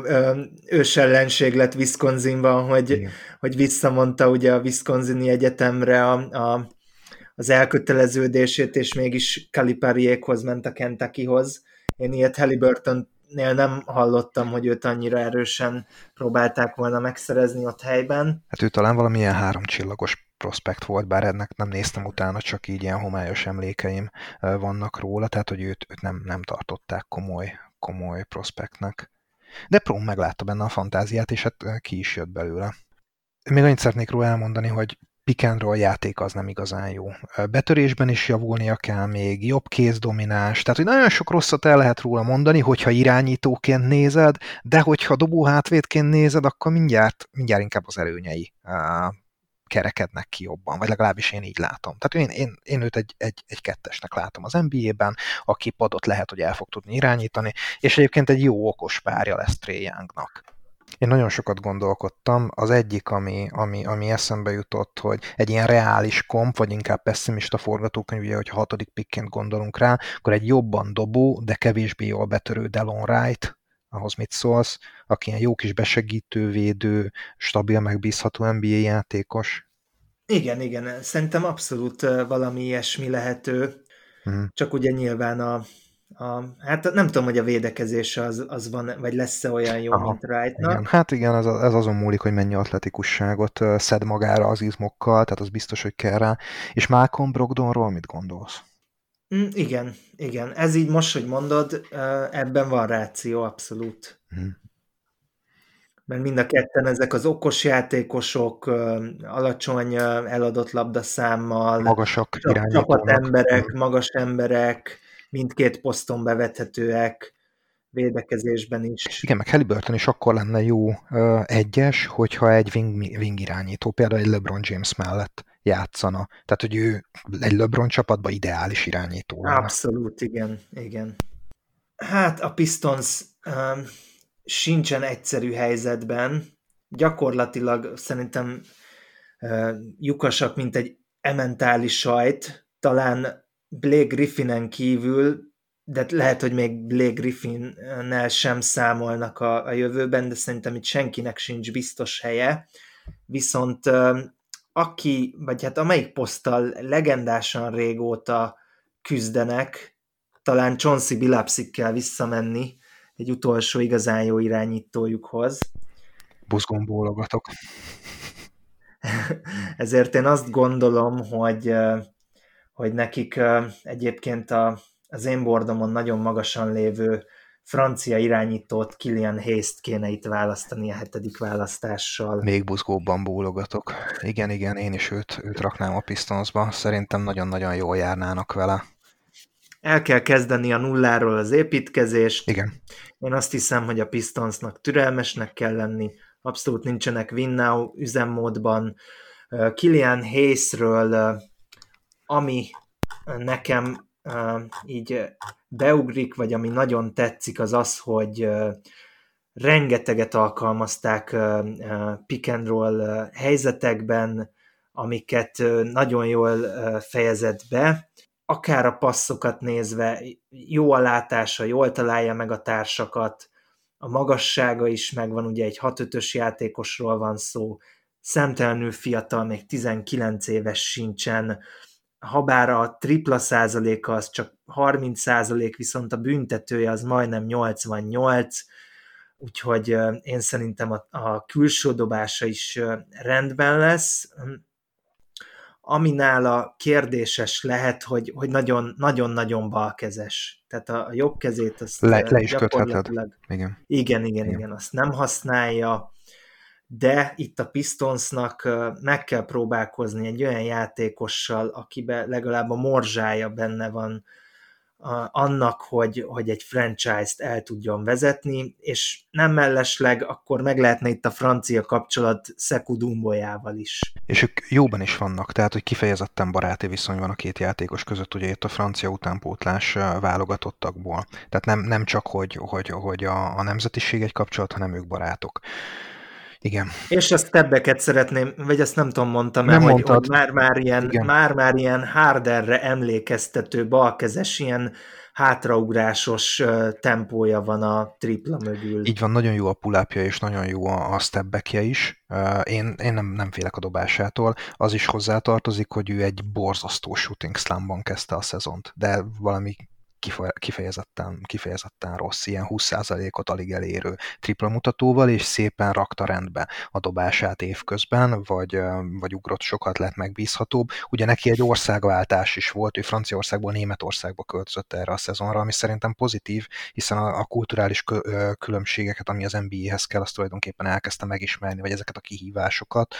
ős ellenség lett Wisconsinban, hogy, hogy visszamondta ugye a Wisconsini egyetemre a, a az elköteleződését, és mégis Calipariékhoz ment a Kentuckyhoz. Én ilyet Haliburtonnél nem hallottam, hogy őt annyira erősen próbálták volna megszerezni ott helyben. Hát ő talán valamilyen háromcsillagos prospekt volt, bár ennek nem néztem utána, csak így ilyen homályos emlékeim vannak róla, tehát hogy őt, őt nem, nem tartották komoly, komoly prospektnek. De Prohm meglátta benne a fantáziát, és hát ki is jött belőle. Még annyit szeretnék róla elmondani, hogy pick and roll játék az nem igazán jó. Betörésben is javulnia kell még, jobb kézdominás, tehát hogy nagyon sok rosszat el lehet róla mondani, hogyha irányítóként nézed, de hogyha dobó hátvédként nézed, akkor mindjárt, mindjárt inkább az előnyei uh, kerekednek ki jobban, vagy legalábbis én így látom. Tehát én, én, én őt egy, egy, egy kettesnek látom az en bé á-ben, aki padot lehet, hogy el fog tudni irányítani, és egyébként egy jó okos párja lesz Trae Youngnak. Én nagyon sokat gondolkodtam. Az egyik, ami, ami, ami eszembe jutott, hogy egy ilyen reális komp, vagy inkább pessimista forgatókönyv, ugye, hogyha hatodik pickként gondolunk rá, akkor egy jobban dobó, de kevésbé jól betörő Delon Wright, ahhoz mit szólsz, aki ilyen jó kis besegítő, védő, stabil, megbízható en bé á játékos. Igen, igen, szerintem abszolút valami ilyesmi lehető, hmm. csak ugye nyilván a A, hát nem tudom, hogy a védekezése az, az van, vagy lesz-e olyan jó, Aha, mint Wrightnak. Igen. Hát igen, ez, ez azon múlik, hogy mennyi atletikusságot szed magára az izmokkal, tehát az biztos, hogy kell rá. És Malcolm Brogdonról mit gondolsz? Mm, igen, igen. Ez így most, hogy mondod, ebben van ráció, abszolút. Hmm. Mert mind a ketten ezek az okos játékosok, alacsony eladott labdaszámmal, magasak irányítónak. Csapatemberek, magas emberek, mindkét poszton bevethetőek, védekezésben is. Igen, meg Haliburton is akkor lenne jó uh, egyes, hogyha egy wing, wing irányító, például egy LeBron James mellett játszana. Tehát, hogy ő egy LeBron csapatban ideális irányító lenne. Abszolút, igen, igen. Hát a Pistons um, sincsen egyszerű helyzetben. Gyakorlatilag szerintem uh, lyukasak, mint egy ementális sajt. Talán Blake Griffinen kívül, de lehet, hogy még Blake Griffinnel sem számolnak a, a jövőben, de szerintem itt senkinek sincs biztos helye. Viszont aki, vagy hát amelyik poszttal legendásan régóta küzdenek, talán Chauncey Billupsig kell visszamenni egy utolsó igazán jó irányítójukhoz. Buzgón bólogatok. Ezért én azt gondolom, hogy hogy nekik uh, egyébként a, az én bordomon nagyon magasan lévő francia irányítót, Killian Hayes-t kéne itt választani a hetedik választással. Még buzgóbban bólogatok. Igen, igen, én is őt, őt raknám a Pistonsba. Szerintem nagyon-nagyon jól járnának vele. El kell kezdeni a nulláról az építkezést. Igen. Én azt hiszem, hogy a Pistonsnak türelmesnek kell lenni. Abszolút nincsenek win now üzemmódban. Uh, Killian Hayesről uh, ami nekem uh, így beugrik, vagy ami nagyon tetszik, az az, hogy uh, rengeteget alkalmazták uh, uh, pick and roll uh, helyzetekben, amiket uh, nagyon jól uh, fejezett be. Akár a passzokat nézve, jó a látása, jól találja meg a társakat, a magassága is megvan, ugye egy hat ötös játékosról van szó, szemtelenül fiatal, még tizenkilenc éves sincsen, habár a tripla százaléka az csak harminc százalék, viszont a büntetője az majdnem nyolcvannyolc, úgyhogy én szerintem a, a külső dobása is rendben lesz. Ami nála kérdéses lehet, hogy, hogy nagyon, nagyon-nagyon balkezes. Tehát a, a jobb kezét azt le, le is gyakorlatilag... kötheted. Igen. Igen, igen, igen, igen, azt nem használja, de itt a Pistonsnak meg kell próbálkozni egy olyan játékossal, akiben legalább a morzsája benne van annak, hogy, hogy egy franchise-t el tudjon vezetni, és nem mellesleg, akkor meg lehetne itt a francia kapcsolat Sekou Doumbouya-val is. És ők jóban is vannak, tehát hogy kifejezetten baráti viszony van a két játékos között, ugye itt a francia utánpótlás válogatottakból. Tehát nem, nem csak, hogy, hogy, hogy a, a nemzetiség egy kapcsolat, hanem ők barátok. Igen. És a stebbeket szeretném, vagy ezt nem tudom, mondtam el, hogy, hogy már-már ilyen, már-már ilyen Hardenre emlékeztető balkezes, ilyen hátraugrásos tempója van a tripla mögül. Így van, nagyon jó a pull-upja, és nagyon jó a step-backje is. Én, én nem, nem félek a dobásától. Az is hozzátartozik, hogy ő egy borzasztó shooting slumban kezdte a szezont, de valami kifejezetten, kifejezetten rossz, ilyen húsz százalékot alig elérő tripla mutatóval, és szépen rakta rendbe a dobását évközben, vagy, vagy ugrott sokat, lett megbízhatóbb. Ugye neki egy országváltás is volt, ő Franciaországból Németországba költözött erre a szezonra, ami szerintem pozitív, hiszen a, a kulturális különbségeket, ami az en bé á-hez kell, azt tulajdonképpen elkezdte megismerni, vagy ezeket a kihívásokat,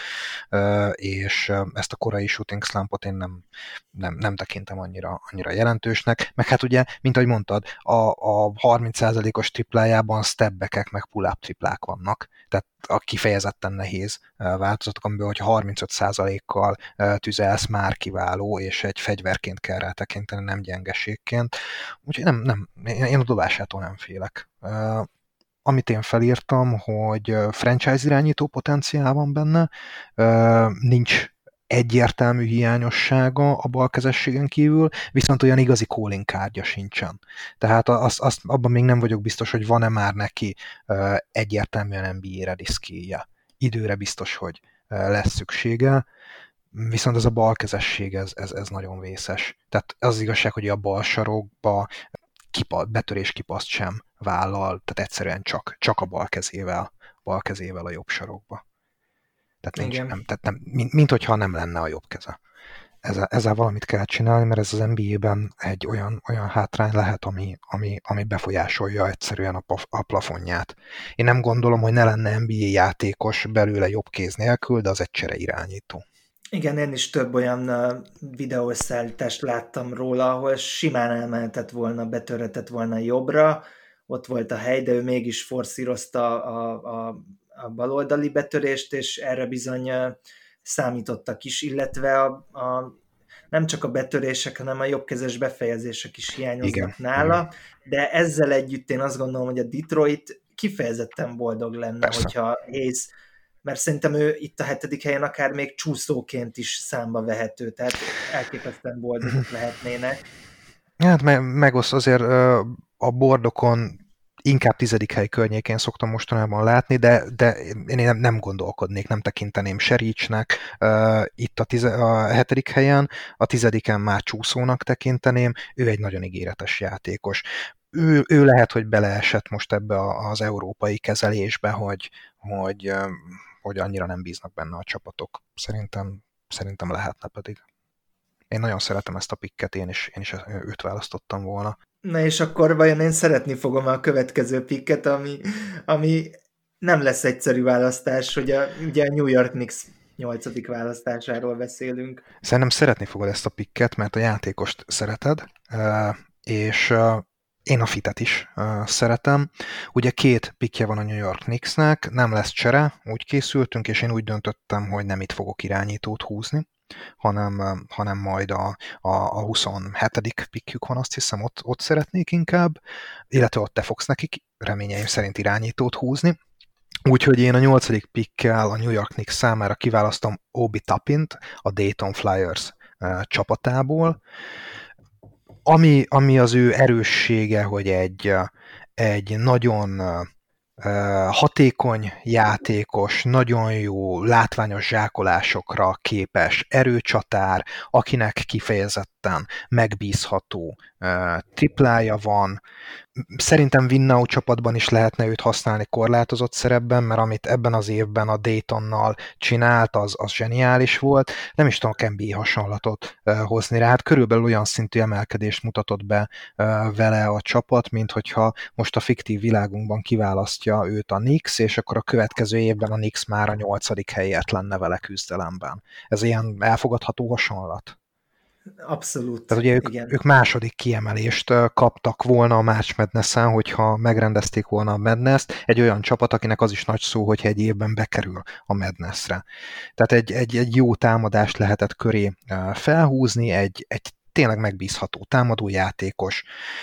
és ezt a korai shooting slumpot én nem, nem, nem tekintem annyira, annyira jelentősnek, meg hát ugye mint ahogy mondtad, a, a harminc százalékos triplájában step-backek meg pull-up triplák vannak, tehát a kifejezetten nehéz változatok, amiből, hogyha harmincöt százalékkal tüzelsz, már kiváló, és egy fegyverként kell rá tekinteni, nem gyengeségként. Úgyhogy nem, nem, én a dobásától nem félek. Amit én felírtam, hogy franchise irányító potenciál van benne, nincs egyértelmű hiányossága a balkezességen kívül, viszont olyan igazi calling cardja sincsen. Tehát az, az, abban még nem vagyok biztos, hogy van-e már neki uh, egyértelműen en bé á ready skillje. Időre biztos, hogy uh, lesz szüksége, viszont ez a balkezesség, ez, ez, ez nagyon vészes. Tehát az igazság, hogy a bal sarokba kipa, betörés kipaszt sem vállal, tehát egyszerűen csak, csak a bal kezével, bal kezével a jobb sarokba. Tehát, nincs, nem, tehát nem, mint, mint hogyha nem lenne a jobb keze. Ezzel, ezzel valamit kell csinálni, mert ez az en bé á-ben egy olyan, olyan hátrány lehet, ami, ami, ami befolyásolja egyszerűen a, a plafonját. Én nem gondolom, hogy ne lenne en bé á játékos belőle jobb kéz nélkül, de az egy csere irányító. Igen, én is több olyan videószállítást láttam róla, ahol simán elmehetett volna, betörhetett volna jobbra, ott volt a hely, de ő mégis forszírozta a, a a baloldali betörést, és erre bizony számítottak is, illetve a, a, nem csak a betörések, hanem a jobbkezes befejezések is hiányoznak igen, nála, igen. De ezzel együtt én azt gondolom, hogy a Detroit kifejezetten boldog lenne, persze. Hogyha Hayes, mert szerintem ő itt a hetedik helyen akár még csúszóként is számba vehető, tehát elképesztően boldogok lehetnének. Hát meg, megosz azért a bordokon inkább tizedik hely környékén szoktam mostanában látni, de, de én nem, nem gondolkodnék, nem tekinteném Sericsnek uh, itt a, tize, a hetedik helyen, a tizediken már csúszónak tekinteném, ő egy nagyon ígéretes játékos. Ő, ő lehet, hogy beleesett most ebbe az európai kezelésbe, hogy, hogy, hogy annyira nem bíznak benne a csapatok. Szerintem, szerintem lehetne pedig. Én nagyon szeretem ezt a pikket, én is, én is őt választottam volna. Na és akkor vajon én szeretni fogom a következő pikket, ami, ami nem lesz egyszerű választás, hogy a, ugye a New York Knicks nyolcadik választásáról beszélünk. Szerintem szeretni fogod ezt a pikket, mert a játékost szereted, és én a fitet is szeretem. Ugye két pikje van a New York Knicksnek, nem lesz csere, úgy készültünk, és én úgy döntöttem, hogy nem itt fogok irányítót húzni, hanem, hanem majd a, a, a huszonhetedik pikkjük van, azt hiszem, ott, ott szeretnék inkább, illetve ott te fogsz nekik reményeim szerint irányítót húzni. Úgyhogy én a nyolcadik pikkel a New York Knicks számára kiválasztom Obi Toppint a Dayton Flyers uh, csapatából, ami, ami az ő erőssége, hogy egy, egy nagyon hatékony játékos, nagyon jó látványos zsákolásokra képes erőcsatár, akinek kifejezetten megbízható triplája van. Szerintem Winnau csapatban is lehetne őt használni korlátozott szerepben, mert amit ebben az évben a Daytonnal csinált, az, az zseniális volt. Nem is tudom en bé á hasonlatot uh, hozni rá. Hát körülbelül olyan szintű emelkedést mutatott be uh, vele a csapat, mint hogyha most a fiktív világunkban kiválasztja őt a Knicks, és akkor a következő évben a Knicks már a nyolcadik helyért lenne vele küzdelemben. Ez ilyen elfogadható hasonlat? Abszolút. Tehát ugye ők, ők második kiemelést kaptak volna a March Madness-en, hogyha megrendezték volna a Madness-t, egy olyan csapat, akinek az is nagy szó, hogyha egy évben bekerül a Madness-re. Tehát egy, egy, egy jó támadást lehetett köré felhúzni, egy, egy tényleg megbízható támadójátékos.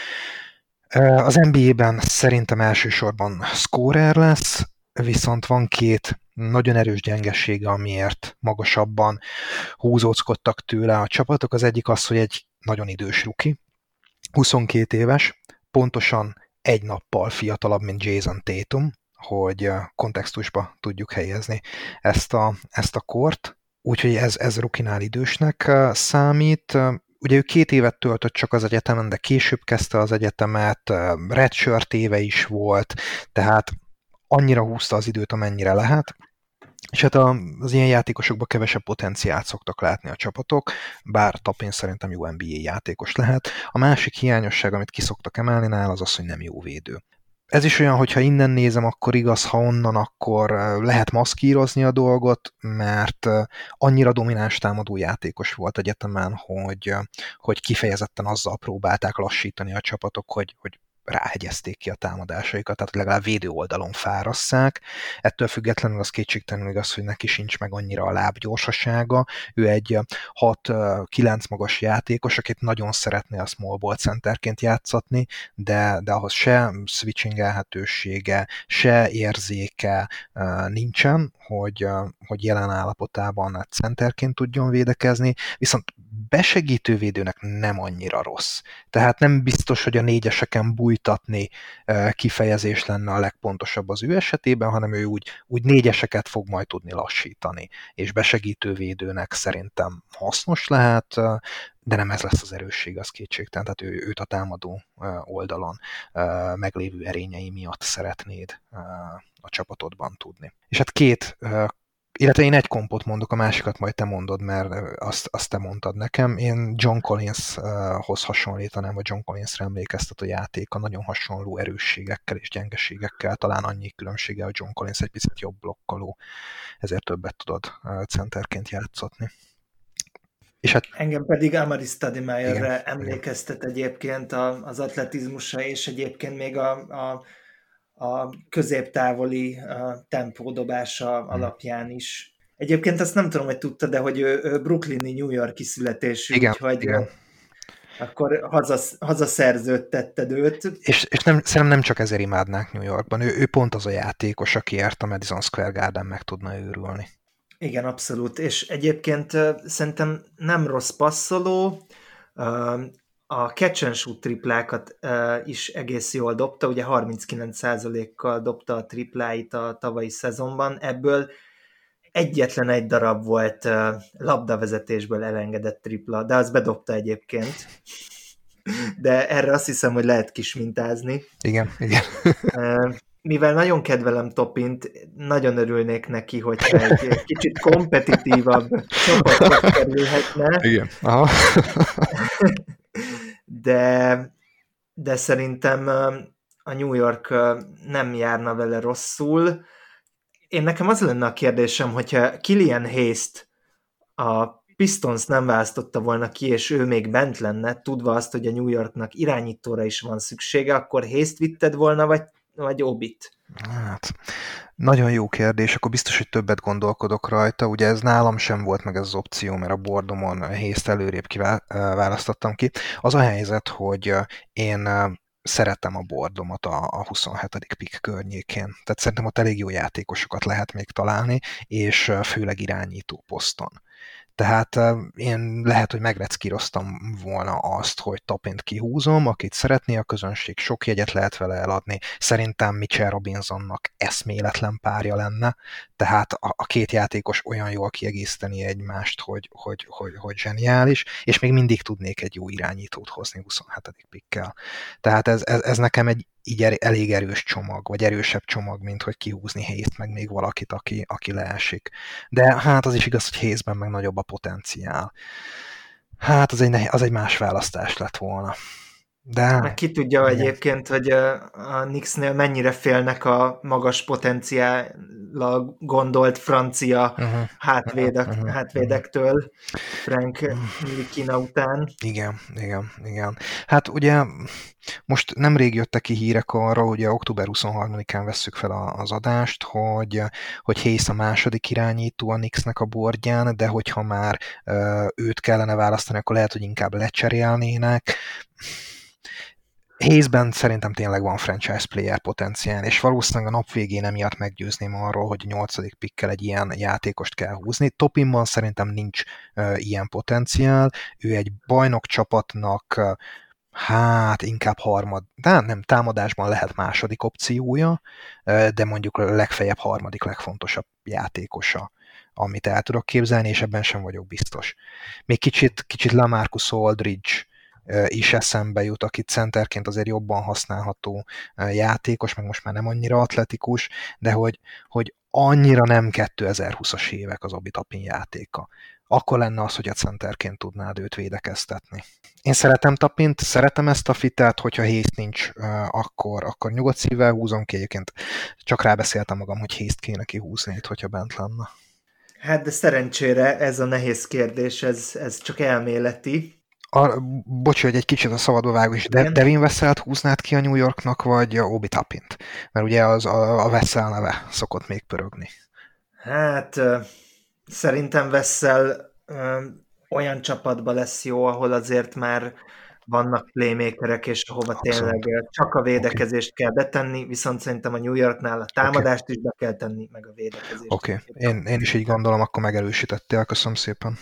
Az en bé á-ben szerintem elsősorban scorer lesz, viszont van két nagyon erős gyengesége, amiért magasabban húzóckodtak tőle a csapatok. Az egyik az, hogy egy nagyon idős ruki, huszonkét éves, pontosan egy nappal fiatalabb, mint Jason Tatum, hogy kontextusba tudjuk helyezni ezt a, ezt a kort. Úgyhogy ez, ez rukinál idősnek számít. Ugye ő két évet töltött csak az egyetemen, de később kezdte az egyetemet, redshirt éve is volt, tehát annyira húzta az időt, amennyire lehet, és hát az ilyen játékosokban kevesebb potenciált szoktak látni a csapatok, bár Tapin szerintem jó en bé á játékos lehet. A másik hiányosság, amit ki szoktak emelni nála, az az, hogy nem jó védő. Ez is olyan, hogyha innen nézem, akkor igaz, ha onnan, akkor lehet maszkírozni a dolgot, mert annyira domináns támadó játékos volt egyetemen, hogy, hogy kifejezetten azzal próbálták lassítani a csapatok, hogy, hogy ráhegyezték ki a támadásaikat, tehát legalább védő oldalon fárasszák. Ettől függetlenül az kétségtelenül igaz, hogy neki sincs meg annyira a lábgyorsasága. Ő egy hat-kilenc magas játékos, akit nagyon szeretné a small ball centerként játszatni, de, de ahhoz se switchingelhetősége, se érzéke nincsen, hogy, hogy jelen állapotában centerként tudjon védekezni, viszont besegítő védőnek nem annyira rossz. Tehát nem biztos, hogy a négyeseken bújtatni kifejezés lenne a legpontosabb az ő esetében, hanem ő úgy, úgy négyeseket fog majd tudni lassítani, és besegítő védőnek szerintem hasznos lehet, de nem ez lesz az erősség, az kétségtelen, tehát ő, őt a támadó oldalon meglévő erényei miatt szeretnéd a csapatodban tudni. És hát két illetve én egy kompot mondok, a másikat majd te mondod, mert azt, azt te mondtad nekem. Én John Collinshoz hasonlítanám, vagy John Collinsre emlékeztet a játéka, nagyon hasonló erősségekkel és gyengeségekkel, talán annyi különbsége, hogy John Collins egy picit jobb blokkoló, ezért többet tudod centerként játszatni. És hát, engem pedig Amari Stoudemire emlékeztet igen. Egyébként az atletizmusa, és egyébként még a, a a középtávoli a tempódobása hmm. alapján is. Egyébként azt nem tudom, hogy tudta, de hogy ő, ő brooklyni New York-i születésű, igen, úgyhogy igen. akkor hazasz, hazaszerződtetted őt. És, és nem, szerintem nem csak ezért imádnák New Yorkban, ő, ő pont az a játékos, akiért a Madison Square Garden meg tudna őrülni. Igen, abszolút, és egyébként szerintem nem rossz passzoló, a catch and shoot triplákat uh, is egész jól dobta, ugye harminckilenc százalékkal dobta a tripláit a tavalyi szezonban, ebből egyetlen egy darab volt uh, labdavezetésből elengedett tripla, de az bedobta egyébként. De erre azt hiszem, hogy lehet kismintázni. Igen, igen. Uh, mivel nagyon kedvelem Topint, nagyon örülnék neki, hogyha egy kicsit kompetitívabb csapatba kerülhetne. Igen, aha. De, de szerintem a New York nem járna vele rosszul. Én nekem az lenne a kérdésem, hogyha Killian Hayes-t a Pistons nem választotta volna ki, és ő még bent lenne, tudva azt, hogy a New Yorknak irányítóra is van szüksége, akkor Hayes-t vitted volna, vagy, vagy Obit? Hát, nagyon jó kérdés, akkor biztos, hogy többet gondolkodok rajta. Ugye ez nálam sem volt meg ez az opció, mert a bordomon Hayes-t előrébb kiválasztottam ki. Az a helyzet, hogy én szeretem a bordomat a, a huszonhetedik pick környékén. Tehát szerintem ott elég jó játékosokat lehet még találni, és főleg irányító poszton. Tehát én lehet, hogy megreckíroztam volna azt, hogy Tapint kihúzom, akit szeretné a közönség, sok jegyet lehet vele eladni. Szerintem Mitchell Robinsonnak eszméletlen párja lenne, tehát a, a két játékos olyan jól kiegészíteni egymást, hogy, hogy, hogy, hogy zseniális, és még mindig tudnék egy jó irányítót hozni huszonhetedik pickkel. Tehát ez, ez, ez nekem egy így elég erős csomag, vagy erősebb csomag, mint hogy kihúzni Hayes-t, meg még valakit, aki, aki leesik. De hát az is igaz, hogy Hayes-ben meg nagyobb a potenciál. Hát az egy, az egy más választás lett volna. De... Meg ki tudja igen. Egyébként, hogy a Knicksnél mennyire félnek a magas potenciállal gondolt francia uh-huh. hátvédek, uh-huh. hátvédektől Frank Ntilikina után. Igen, igen, igen. Hát ugye most nemrég jöttek ki hírek arra, ugye október huszonharmadikán vesszük fel az adást, hogy, hogy Hayes a második irányító a Knicksnek a bordján, de hogyha már őt kellene választani, akkor lehet, hogy inkább lecserélnének. Hayesben szerintem tényleg van franchise player potenciál, és valószínűleg a nap végén emiatt meggyőzném arról, hogy a nyolcadik pickkel egy ilyen játékost kell húzni. Topinban szerintem nincs uh, ilyen potenciál, ő egy bajnok csapatnak uh, hát inkább harmad, de nem, támadásban lehet második opciója, uh, de mondjuk a legfeljebb harmadik legfontosabb játékosa, amit el tudok képzelni, és ebben sem vagyok biztos. Még kicsit, kicsit LaMarcus Aldridge is eszembe jut, akit centerként azért jobban használható játékos, meg most már nem annyira atletikus, de hogy, hogy annyira nem kétezer-húszas évek az Obi Toppin játéka. Akkor lenne az, hogy a centerként tudnád őt védekeztetni. Én szeretem Toppint, szeretem ezt a fitet, hogyha Hayes nincs, akkor, akkor nyugodt szívvel húzom ki, egyébként csak rábeszéltem magam, hogy Hayes-t kéne kihúzni itt, hogyha bent lenne. Hát de szerencsére ez a nehéz kérdés, ez, ez csak elméleti. A, bocs, hogy egy kicsit a szabadba vágó is, de Devin Vassell-t húznád ki a New Yorknak, vagy a Obi Toppint? Mert ugye az a, a Vassell neve szokott még pörögni. Hát szerintem Vassell olyan csapatban lesz jó, ahol azért már vannak playmakerek, és ahova tényleg Abszolút. Csak a védekezést okay. kell betenni, viszont szerintem a New Yorknál a támadást okay. is be kell tenni, meg a védekezést. Oké, okay. én, én is így gondolom, akkor megerősítettél, köszönöm szépen.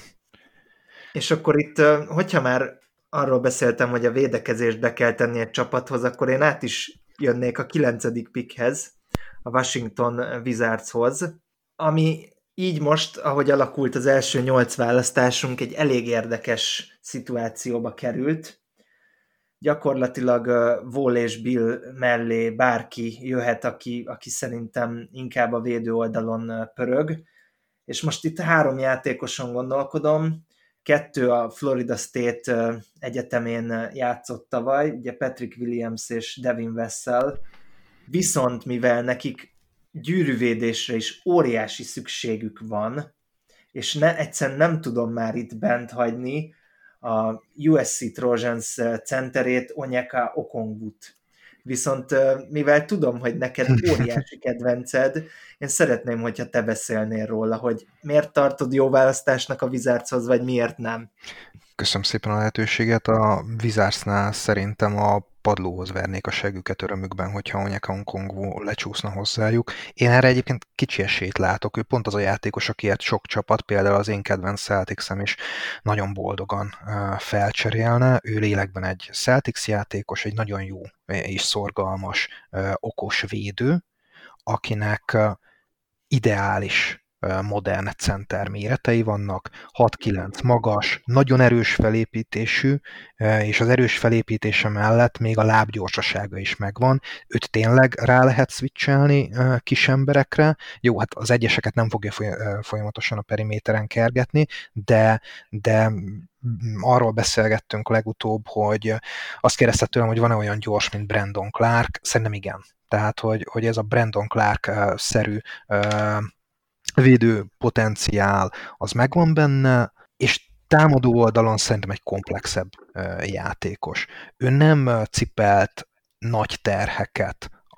És akkor itt, hogyha már arról beszéltem, hogy a védekezést be kell tenni egy csapathoz, akkor én át is jönnék a kilencedik pickhez, a Washington Wizardshoz, ami így most, ahogy alakult az első nyolc választásunk, egy elég érdekes szituációba került. Gyakorlatilag Wall és Bill mellé bárki jöhet, aki, aki szerintem inkább a védő oldalon pörög. És most itt három játékoson gondolkodom, kettő a Florida State egyetemén játszott tavaly, ugye Patrick Williams és Devin Vassell, viszont mivel nekik gyűrűvédésre is óriási szükségük van, és ne, egyszerűen nem tudom már itt bent hagyni a U S C Trojans centerét, Onyeka Okongwut. Viszont mivel tudom, hogy neked óriási kedvenced, én szeretném, hogyha te beszélnél róla, hogy miért tartod jó választásnak a Wizardshoz, vagy miért nem. Köszönöm szépen a lehetőséget. A Wizardsnál szerintem a padlóhoz vernék a següket örömükben, hogyha Onyeka Okongwu lecsúszna hozzájuk. Én erre egyébként kicsi esélyt látok. Ő pont az a játékos, akiért sok csapat, például az én kedvenc Celticsem is nagyon boldogan felcserélne. Ő lélekben egy Celtics játékos, egy nagyon jó és szorgalmas, okos védő, akinek ideális modern center méretei vannak, hat kilenc magas, nagyon erős felépítésű, és az erős felépítése mellett még a lábgyorsasága is megvan. Őt tényleg rá lehet switchelni kis emberekre. Jó, hát az egyeseket nem fogja folyamatosan a periméteren kergetni, de, de arról beszélgettünk legutóbb, hogy azt kérdezte tőlem, hogy van-e olyan gyors, mint Brandon Clark. Szerintem igen. Tehát, hogy, hogy ez a Brandon Clark-szerű védő potenciál az megvan benne, és támadó oldalon szerintem egy komplexebb játékos. Ő nem cipelt nagy terheket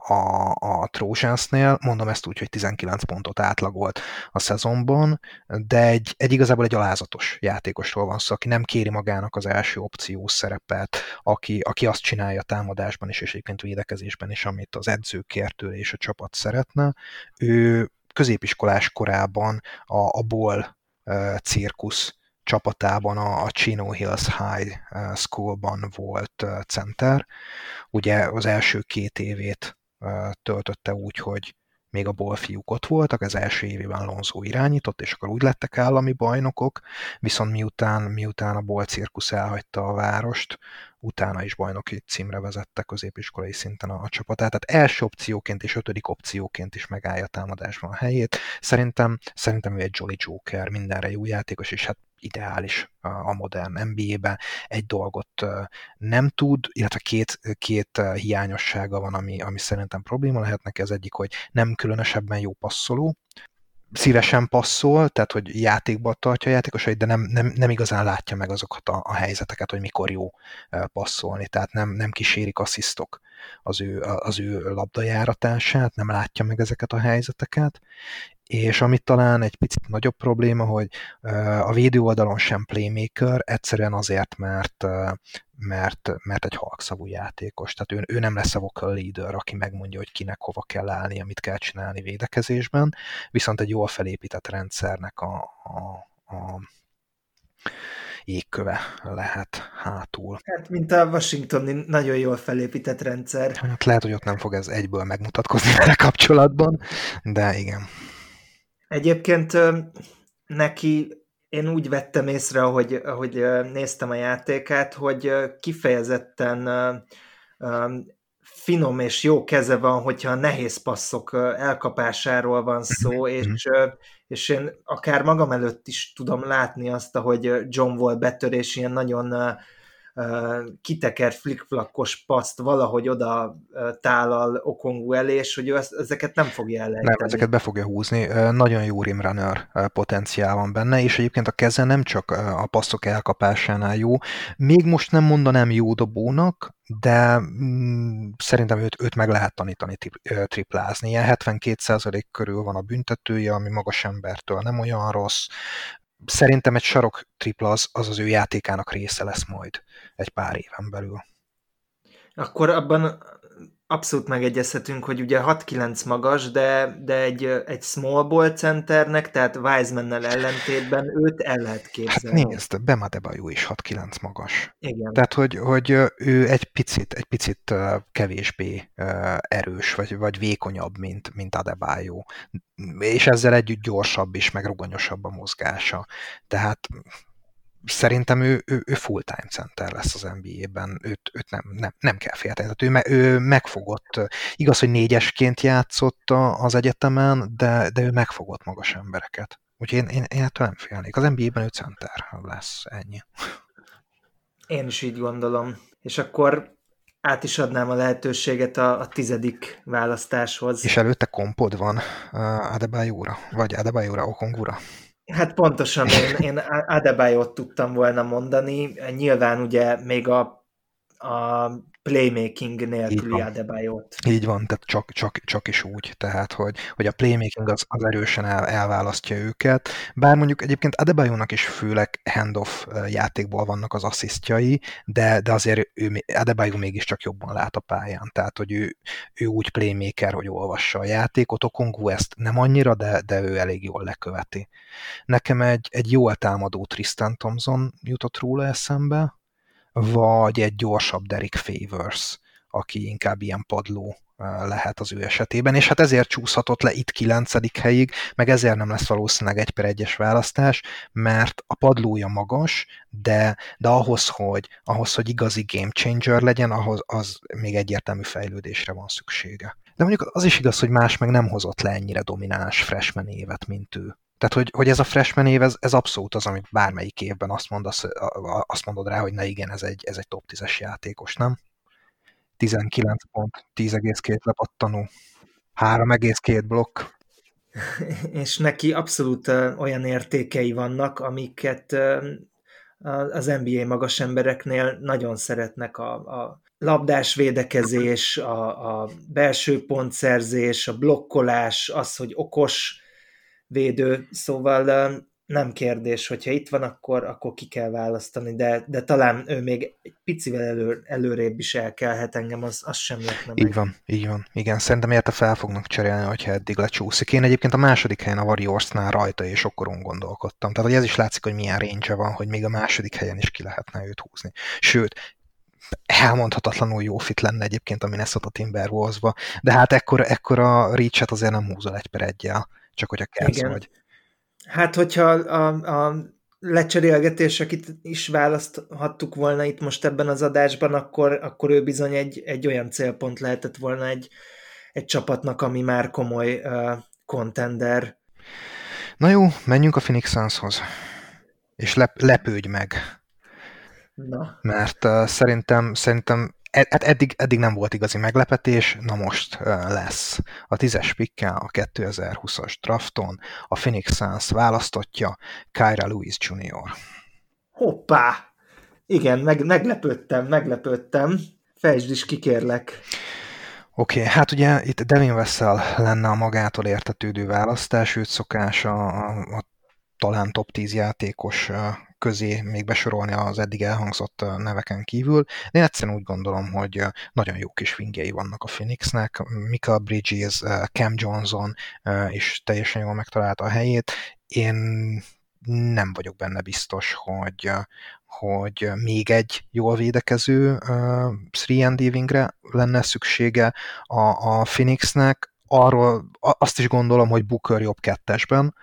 a, a Trojansnél, mondom ezt úgy, hogy tizenkilenc pontot átlagolt a szezonban, de egy, egy igazából egy alázatos játékosról van szó, aki nem kéri magának az első opciós szerepet, aki, aki azt csinálja támadásban is, és egyébként védekezésben is, amit az edző kér tőle és a csapat szeretne. Ő középiskolás korában a, a Ball uh, cirkusz csapatában, a, a Chino Hills High uh, Schoolban volt uh, center. Ugye az első két évét uh, töltötte úgy, hogy még a Ball fiúk ott voltak, az első évében Lonzo irányított, és akkor úgy lettek állami bajnokok, viszont miután, miután a Ball cirkusz elhagyta a várost, utána is bajnoki címre vezette középiskolai szinten a, a csapatát, tehát első opcióként és ötödik opcióként is megállja a támadásban a helyét. Szerintem, szerintem ő egy Jolly Joker, mindenre jó játékos, és hát ideális a modern en bé á-ben. Egy dolgot nem tud, illetve két, két hiányossága van, ami, ami szerintem probléma lehet neki. Az egyik, hogy nem különösebben jó passzoló, szívesen passzol, tehát hogy játékba tartja a játékosait, de nem, nem, nem igazán látja meg azokat a, a helyzeteket, hogy mikor jó passzolni, tehát nem, nem kísérik asszisztok az ő, az ő labdajáratását, nem látja meg ezeket a helyzeteket, és amit talán egy picit nagyobb probléma, hogy a védő oldalon sem playmaker, egyszerűen azért, mert, mert, mert egy halkszavú játékos. Tehát ő, ő nem lesz a vocal leader, aki megmondja, hogy kinek hova kell állni, amit kell csinálni védekezésben, viszont egy jól felépített rendszernek a, a, a jégköve lehet hátul. Hát, mint a washingtoni nagyon jól felépített rendszer. Hát lehet, hogy ott nem fog ez egyből megmutatkozni vele kapcsolatban, de igen. Egyébként neki, én úgy vettem észre, ahogy, ahogy néztem a játékát, hogy kifejezetten finom és jó keze van, hogyha a nehéz passzok elkapásáról van szó, és, és én akár magam előtt is tudom látni azt, ahogy John Wall betörés ilyen nagyon kitekert flickflakkos paszt valahogy oda tálal Okongwu elé, és hogy ő ezeket nem fogja elejteni. Nem, ezeket be fogja húzni. Nagyon jó rimrunner potenciál van benne, és egyébként a keze nem csak a passzok elkapásánál jó. Még most nem mondanám jó dobónak, de mm, szerintem őt, őt meg lehet tanítani triplázni. Ilyen hetvenkét százalék körül van a büntetője, ami magas embertől nem olyan rossz. Szerintem egy sarok tripla az, az az ő játékának része lesz majd egy pár éven belül. Akkor abban abszolút megegyezhetünk, hogy ugye hat kilenc magas, de, de egy, egy small ball centernek, tehát Wisemannel ellentétben őt el lehet képzelni. Hát nézd, Bam Adebayo is hat kilenc magas. Igen. Tehát, hogy, hogy ő egy picit, egy picit kevésbé erős, vagy, vagy vékonyabb, mint, mint Adebayo. És ezzel együtt gyorsabb is, meg ruganyosabb a mozgása. Tehát szerintem ő, ő, ő full-time center lesz az en bé á-ben, őt, őt nem, nem, nem kell félteni. Tehát ő, ő megfogott, igaz, hogy négyesként játszott az egyetemen, de, de ő megfogott magas embereket. Úgyhogy én, én, én ettől nem félnék. Az en bé á-ben ő center lesz, ennyi. Én is így gondolom. És akkor át is adnám a lehetőséget a, a tizedik választáshoz. És előtte kompod van uh, Adebayo-ra? Vagy Adebayo-ra, Okongwura? Hát pontosan én, én Adebayot tudtam volna mondani. Nyilván ugye még a, a playmaking nélküli Adebayot. Így van, tehát csak, csak, csak is úgy. Tehát, hogy, hogy a playmaking az, az erősen el, elválasztja őket. Bár mondjuk egyébként Adebayonak is főleg handoff játékból vannak az asszisztjai, de, de azért ő, Adebayo mégiscsak jobban lát a pályán. Tehát, hogy ő, ő úgy playmaker, hogy olvassa a játékot. Okongwu ezt nem annyira, de, de ő elég jól leköveti. Nekem egy, egy jól támadó Tristan Thompson jutott róla eszembe, vagy egy gyorsabb Derek Favors, aki inkább ilyen padló lehet az ő esetében, és hát ezért csúszhatott le itt kilencedik helyig, meg ezért nem lesz valószínűleg egy per egyes választás, mert a padlója magas, de, de ahhoz, hogy, ahhoz, hogy igazi game changer legyen, ahhoz az még egyértelmű fejlődésre van szüksége. De mondjuk az is igaz, hogy más meg nem hozott le ennyire domináns freshman évet, mint ő. Tehát, hogy, hogy ez a freshman év, ez, ez abszolút az, amit bármelyik évben azt, mondasz, azt mondod rá, hogy na igen, ez egy, ez egy top tízes játékos, nem? tizenkilenc pont, tíz egész két lepattanó, három egész két blokk. És neki abszolút olyan értékei vannak, amiket az en bé á magas embereknél nagyon szeretnek a, a labdás védekezés, a, a belső pontszerzés, a blokkolás, az, hogy okos védő, szóval nem kérdés, hogyha itt van, akkor, akkor ki kell választani, de, de talán ő még egy picivel elő, előrébb is elkelhet engem, az, az sem lepne Így meg. van, így van. Igen, szerintem érte fel fognak cserélni, hogyha eddig lecsúszik. Én egyébként a második helyen a Warriorsnál rajta és okkoron gondolkodtam. Tehát, hogy ez is látszik, hogy milyen range van, hogy még a második helyen is ki lehetne őt húzni. Sőt, elmondhatatlanul jó fit lenne egyébként a Minnesota Timberwolves-ba, de hát ekkora, ekkora reach-et azért nem húzol egy per egyel, csak hogyha kezd Igen. vagy. Hát, hogyha a, a lecserélgetéseket is választhattuk volna itt most ebben az adásban, akkor, akkor ő bizony egy, egy olyan célpont lehetett volna egy, egy csapatnak, ami már komoly uh, contender. Na jó, menjünk a Phoenix Sunshoz, és lep, lepődj meg. Na. Mert uh, szerintem, szerintem ed- hát eddig, eddig nem volt igazi meglepetés, na most uh, lesz. A tízes pikkel a kétezer-húszas drafton a Phoenix Suns választotja Kira Lewis junior Hoppá! Igen, meg, meglepődtem, meglepődtem. Fejtsd is ki, kérlek. Oké, okay, hát ugye itt Devin Vassell lenne a magától értetődő választás, őt szokás a, a, a talán top tíz játékos közé még besorolni az eddig elhangzott neveken kívül. De én egyszerűen úgy gondolom, hogy nagyon jó kis wingjei vannak a Phoenixnek. Michael Bridges, Cam Johnson is teljesen jól megtalálta a helyét. Én nem vagyok benne biztos, hogy, hogy még egy jól védekező három and D wingre lenne szüksége a, a Phoenixnek. Arról azt is gondolom, hogy Booker jobb kettesben,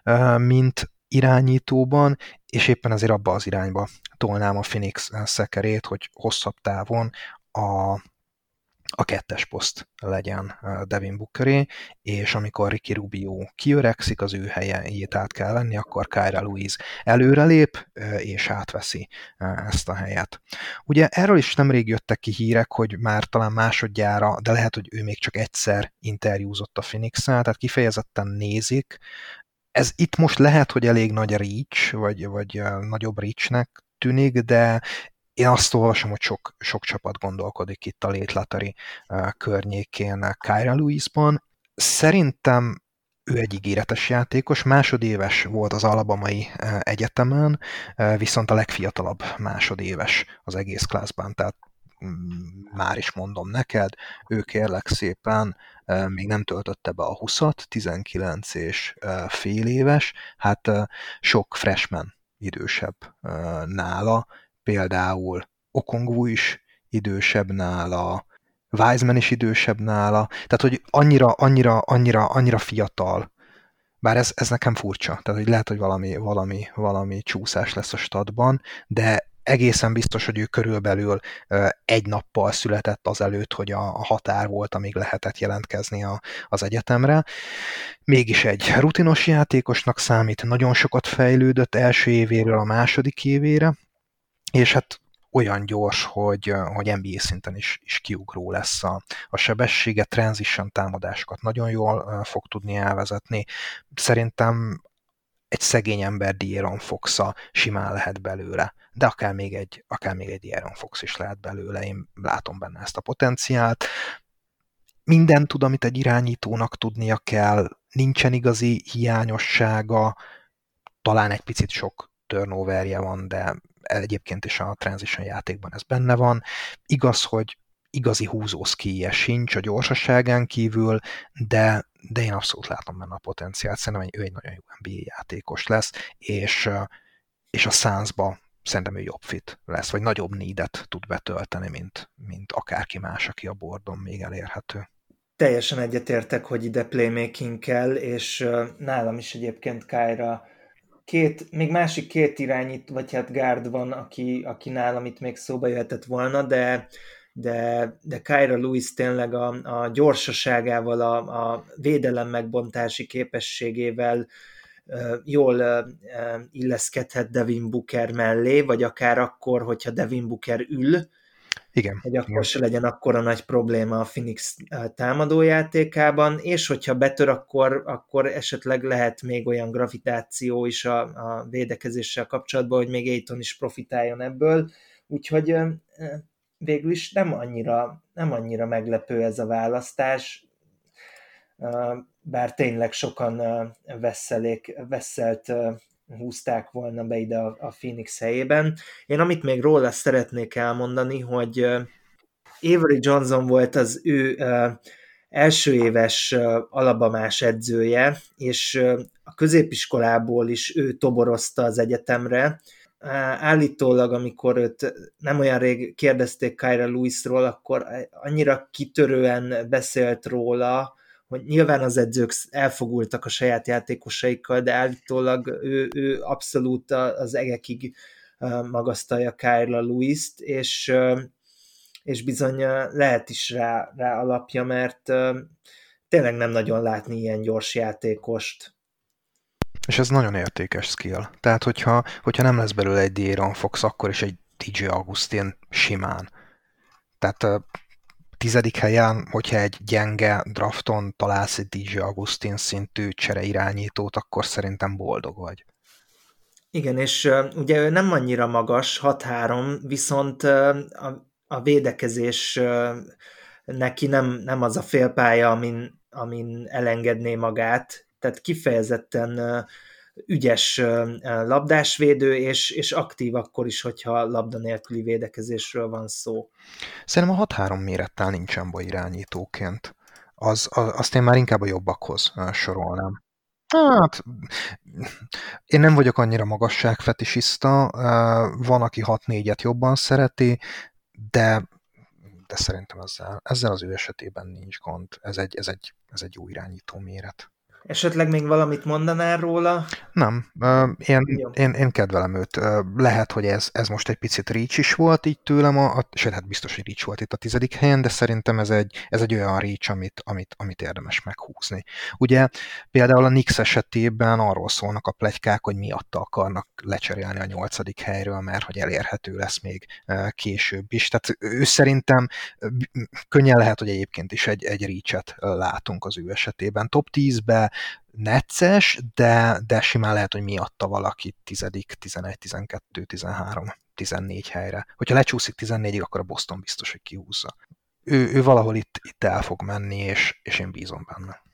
mint irányítóban, és éppen ezért abba az irányba tolnám a Phoenix szekerét, hogy hosszabb távon a a kettes poszt legyen Devin Bookeré, és amikor Ricky Rubio kiöregszik, az ő helyét át kell venni, akkor Kira Lewis előrelép, és átveszi ezt a helyet. Ugye erről is nemrég jöttek ki hírek, hogy már talán másodjára, de lehet, hogy ő még csak egyszer interjúzott a Phoenix-nál, tehát kifejezetten nézik. Ez itt most lehet, hogy elég nagy reach, vagy, vagy nagyobb reachnek tűnik, de én azt olvasom, hogy sok, sok csapat gondolkodik itt a late lottery uh, környékén Kira Lewisban. Szerintem ő egy ígéretes játékos, másodéves volt az alabamai uh, egyetemen, uh, viszont a legfiatalabb másodéves az egész klászban, tehát mm, már is mondom neked, ő kérlek szépen uh, még nem töltötte be a húszat, tizenkilenc és uh, fél éves, hát uh, sok freshman idősebb uh, nála, például Okongwu is idősebb nála, Wiseman is idősebb nála, tehát hogy annyira, annyira, annyira, annyira fiatal, bár ez, ez nekem furcsa, tehát hogy lehet, hogy valami, valami, valami csúszás lesz a statban, de egészen biztos, hogy ő körülbelül egy nappal született azelőtt, hogy a határ volt, amíg lehetett jelentkezni a, az egyetemre. Mégis egy rutinos játékosnak számít, nagyon sokat fejlődött első évéről a második évére, és hát olyan gyors, hogy, hogy en bé á szinten is, is kiugró lesz a, a sebessége, transition támadásokat nagyon jól fog tudni elvezetni. Szerintem egy szegény ember De'Aaron Fox-a simán lehet belőle, de akár még egy, akár még egy De'Aaron Fox is lehet belőle, én látom benne ezt a potenciált. Minden tud, amit egy irányítónak tudnia kell, nincsen igazi hiányossága, talán egy picit sok turnoverje van, de egyébként is a transition játékban ez benne van. Igaz, hogy igazi húzószkíje sincs a gyorsaságán kívül, de, de én abszolút látom benne a potenciált. Szerintem ő egy nagyon jó en bé á játékos lesz, és, és a Sunsba szerintem ő jobb fit lesz, vagy nagyobb needet tud betölteni, mint, mint akárki más, aki a bordon még elérhető. Teljesen egyetértek, hogy ide playmaking kell, és nálam is egyébként Kira két, még másik két irányít, vagy hát guard van, aki, aki nálam itt még szóba jöhetett volna, de, de, de Kira Lewis tényleg a, a gyorsaságával, a, a védelem megbontási képességével jól illeszkedhet Devin Booker mellé, vagy akár akkor, hogyha Devin Booker ül, igen, hogy akkor igen. se legyen akkora nagy probléma a Phoenix támadójátékában, és hogyha betör, akkor, akkor esetleg lehet még olyan gravitáció is a, a védekezéssel kapcsolatban, hogy még Ayton is profitáljon ebből. Úgyhogy végül is nem annyira, nem annyira meglepő ez a választás, bár tényleg sokan veszelék, veszelt húzták volna be ide a, a Phoenix helyében. Én amit még róla szeretnék elmondani, hogy Avery Johnson volt az ő első éves alabamás edzője, és a középiskolából is ő toborozta az egyetemre. Állítólag, amikor őt nem olyan rég kérdezték Kira Lewisról, akkor annyira kitörően beszélt róla, hogy nyilván az edzők elfogultak a saját játékosaikkal, de állítólag ő, ő abszolút az egekig magasztalja Kira Lewist, és, és bizony lehet is rá, rá alapja, mert tényleg nem nagyon látni ilyen gyors játékost. És ez nagyon értékes skill. Tehát, hogyha, hogyha nem lesz belőle egy De'Aaron Fox, akkor is egy té jé Augustin simán. Tehát a tizedik helyen, hogyha egy gyenge drafton találsz egy té jé Augustin szintű csereirányítót, akkor szerintem boldog vagy. Igen, és uh, ugye ő nem annyira magas, hat három, viszont uh, a, a védekezés uh, neki nem, nem az a félpálya, amin, amin elengedné magát, tehát kifejezetten uh, ügyes uh, labdásvédő, és, és aktív akkor is, hogyha labda nélküli védekezésről van szó. Szerintem a hat három mérettel nincsen baj irányítóként. Az, az, azt én már inkább a jobbakhoz sorolnám. Hát, én nem vagyok annyira magasságfetisista, van, aki hat négyet jobban szereti, de, de szerintem ezzel, ezzel az ő esetében nincs gond. Ez egy, ez egy, ez egy jó irányító méret. Esetleg még valamit mondanál róla? Nem, én, én, én kedvelem őt. Lehet, hogy ez, ez most egy picit reach is volt így tőlem, a, a, sőt, hát biztos, hogy reach volt itt a tizedik helyen, de szerintem ez egy, ez egy olyan reach, amit, amit, amit érdemes meghúzni. Ugye például a Knicks esetében arról szólnak a pletykák, hogy miatta akarnak lecserélni a nyolcadik helyről, mert hogy elérhető lesz még később is. Tehát ő szerintem könnyen lehet, hogy egyébként is egy, egy reach-et látunk az ő esetében. Top tízbe necces, de, de simán lehet, hogy miatta valaki tizedik, tizenegy, tizenkettő, tizenhárom, tizennégy helyre. Hogyha lecsúszik tizennégyig, akkor a Boston biztos, hogy kihúzza. Ő, ő valahol itt, itt el fog menni, és, és én bízom benne.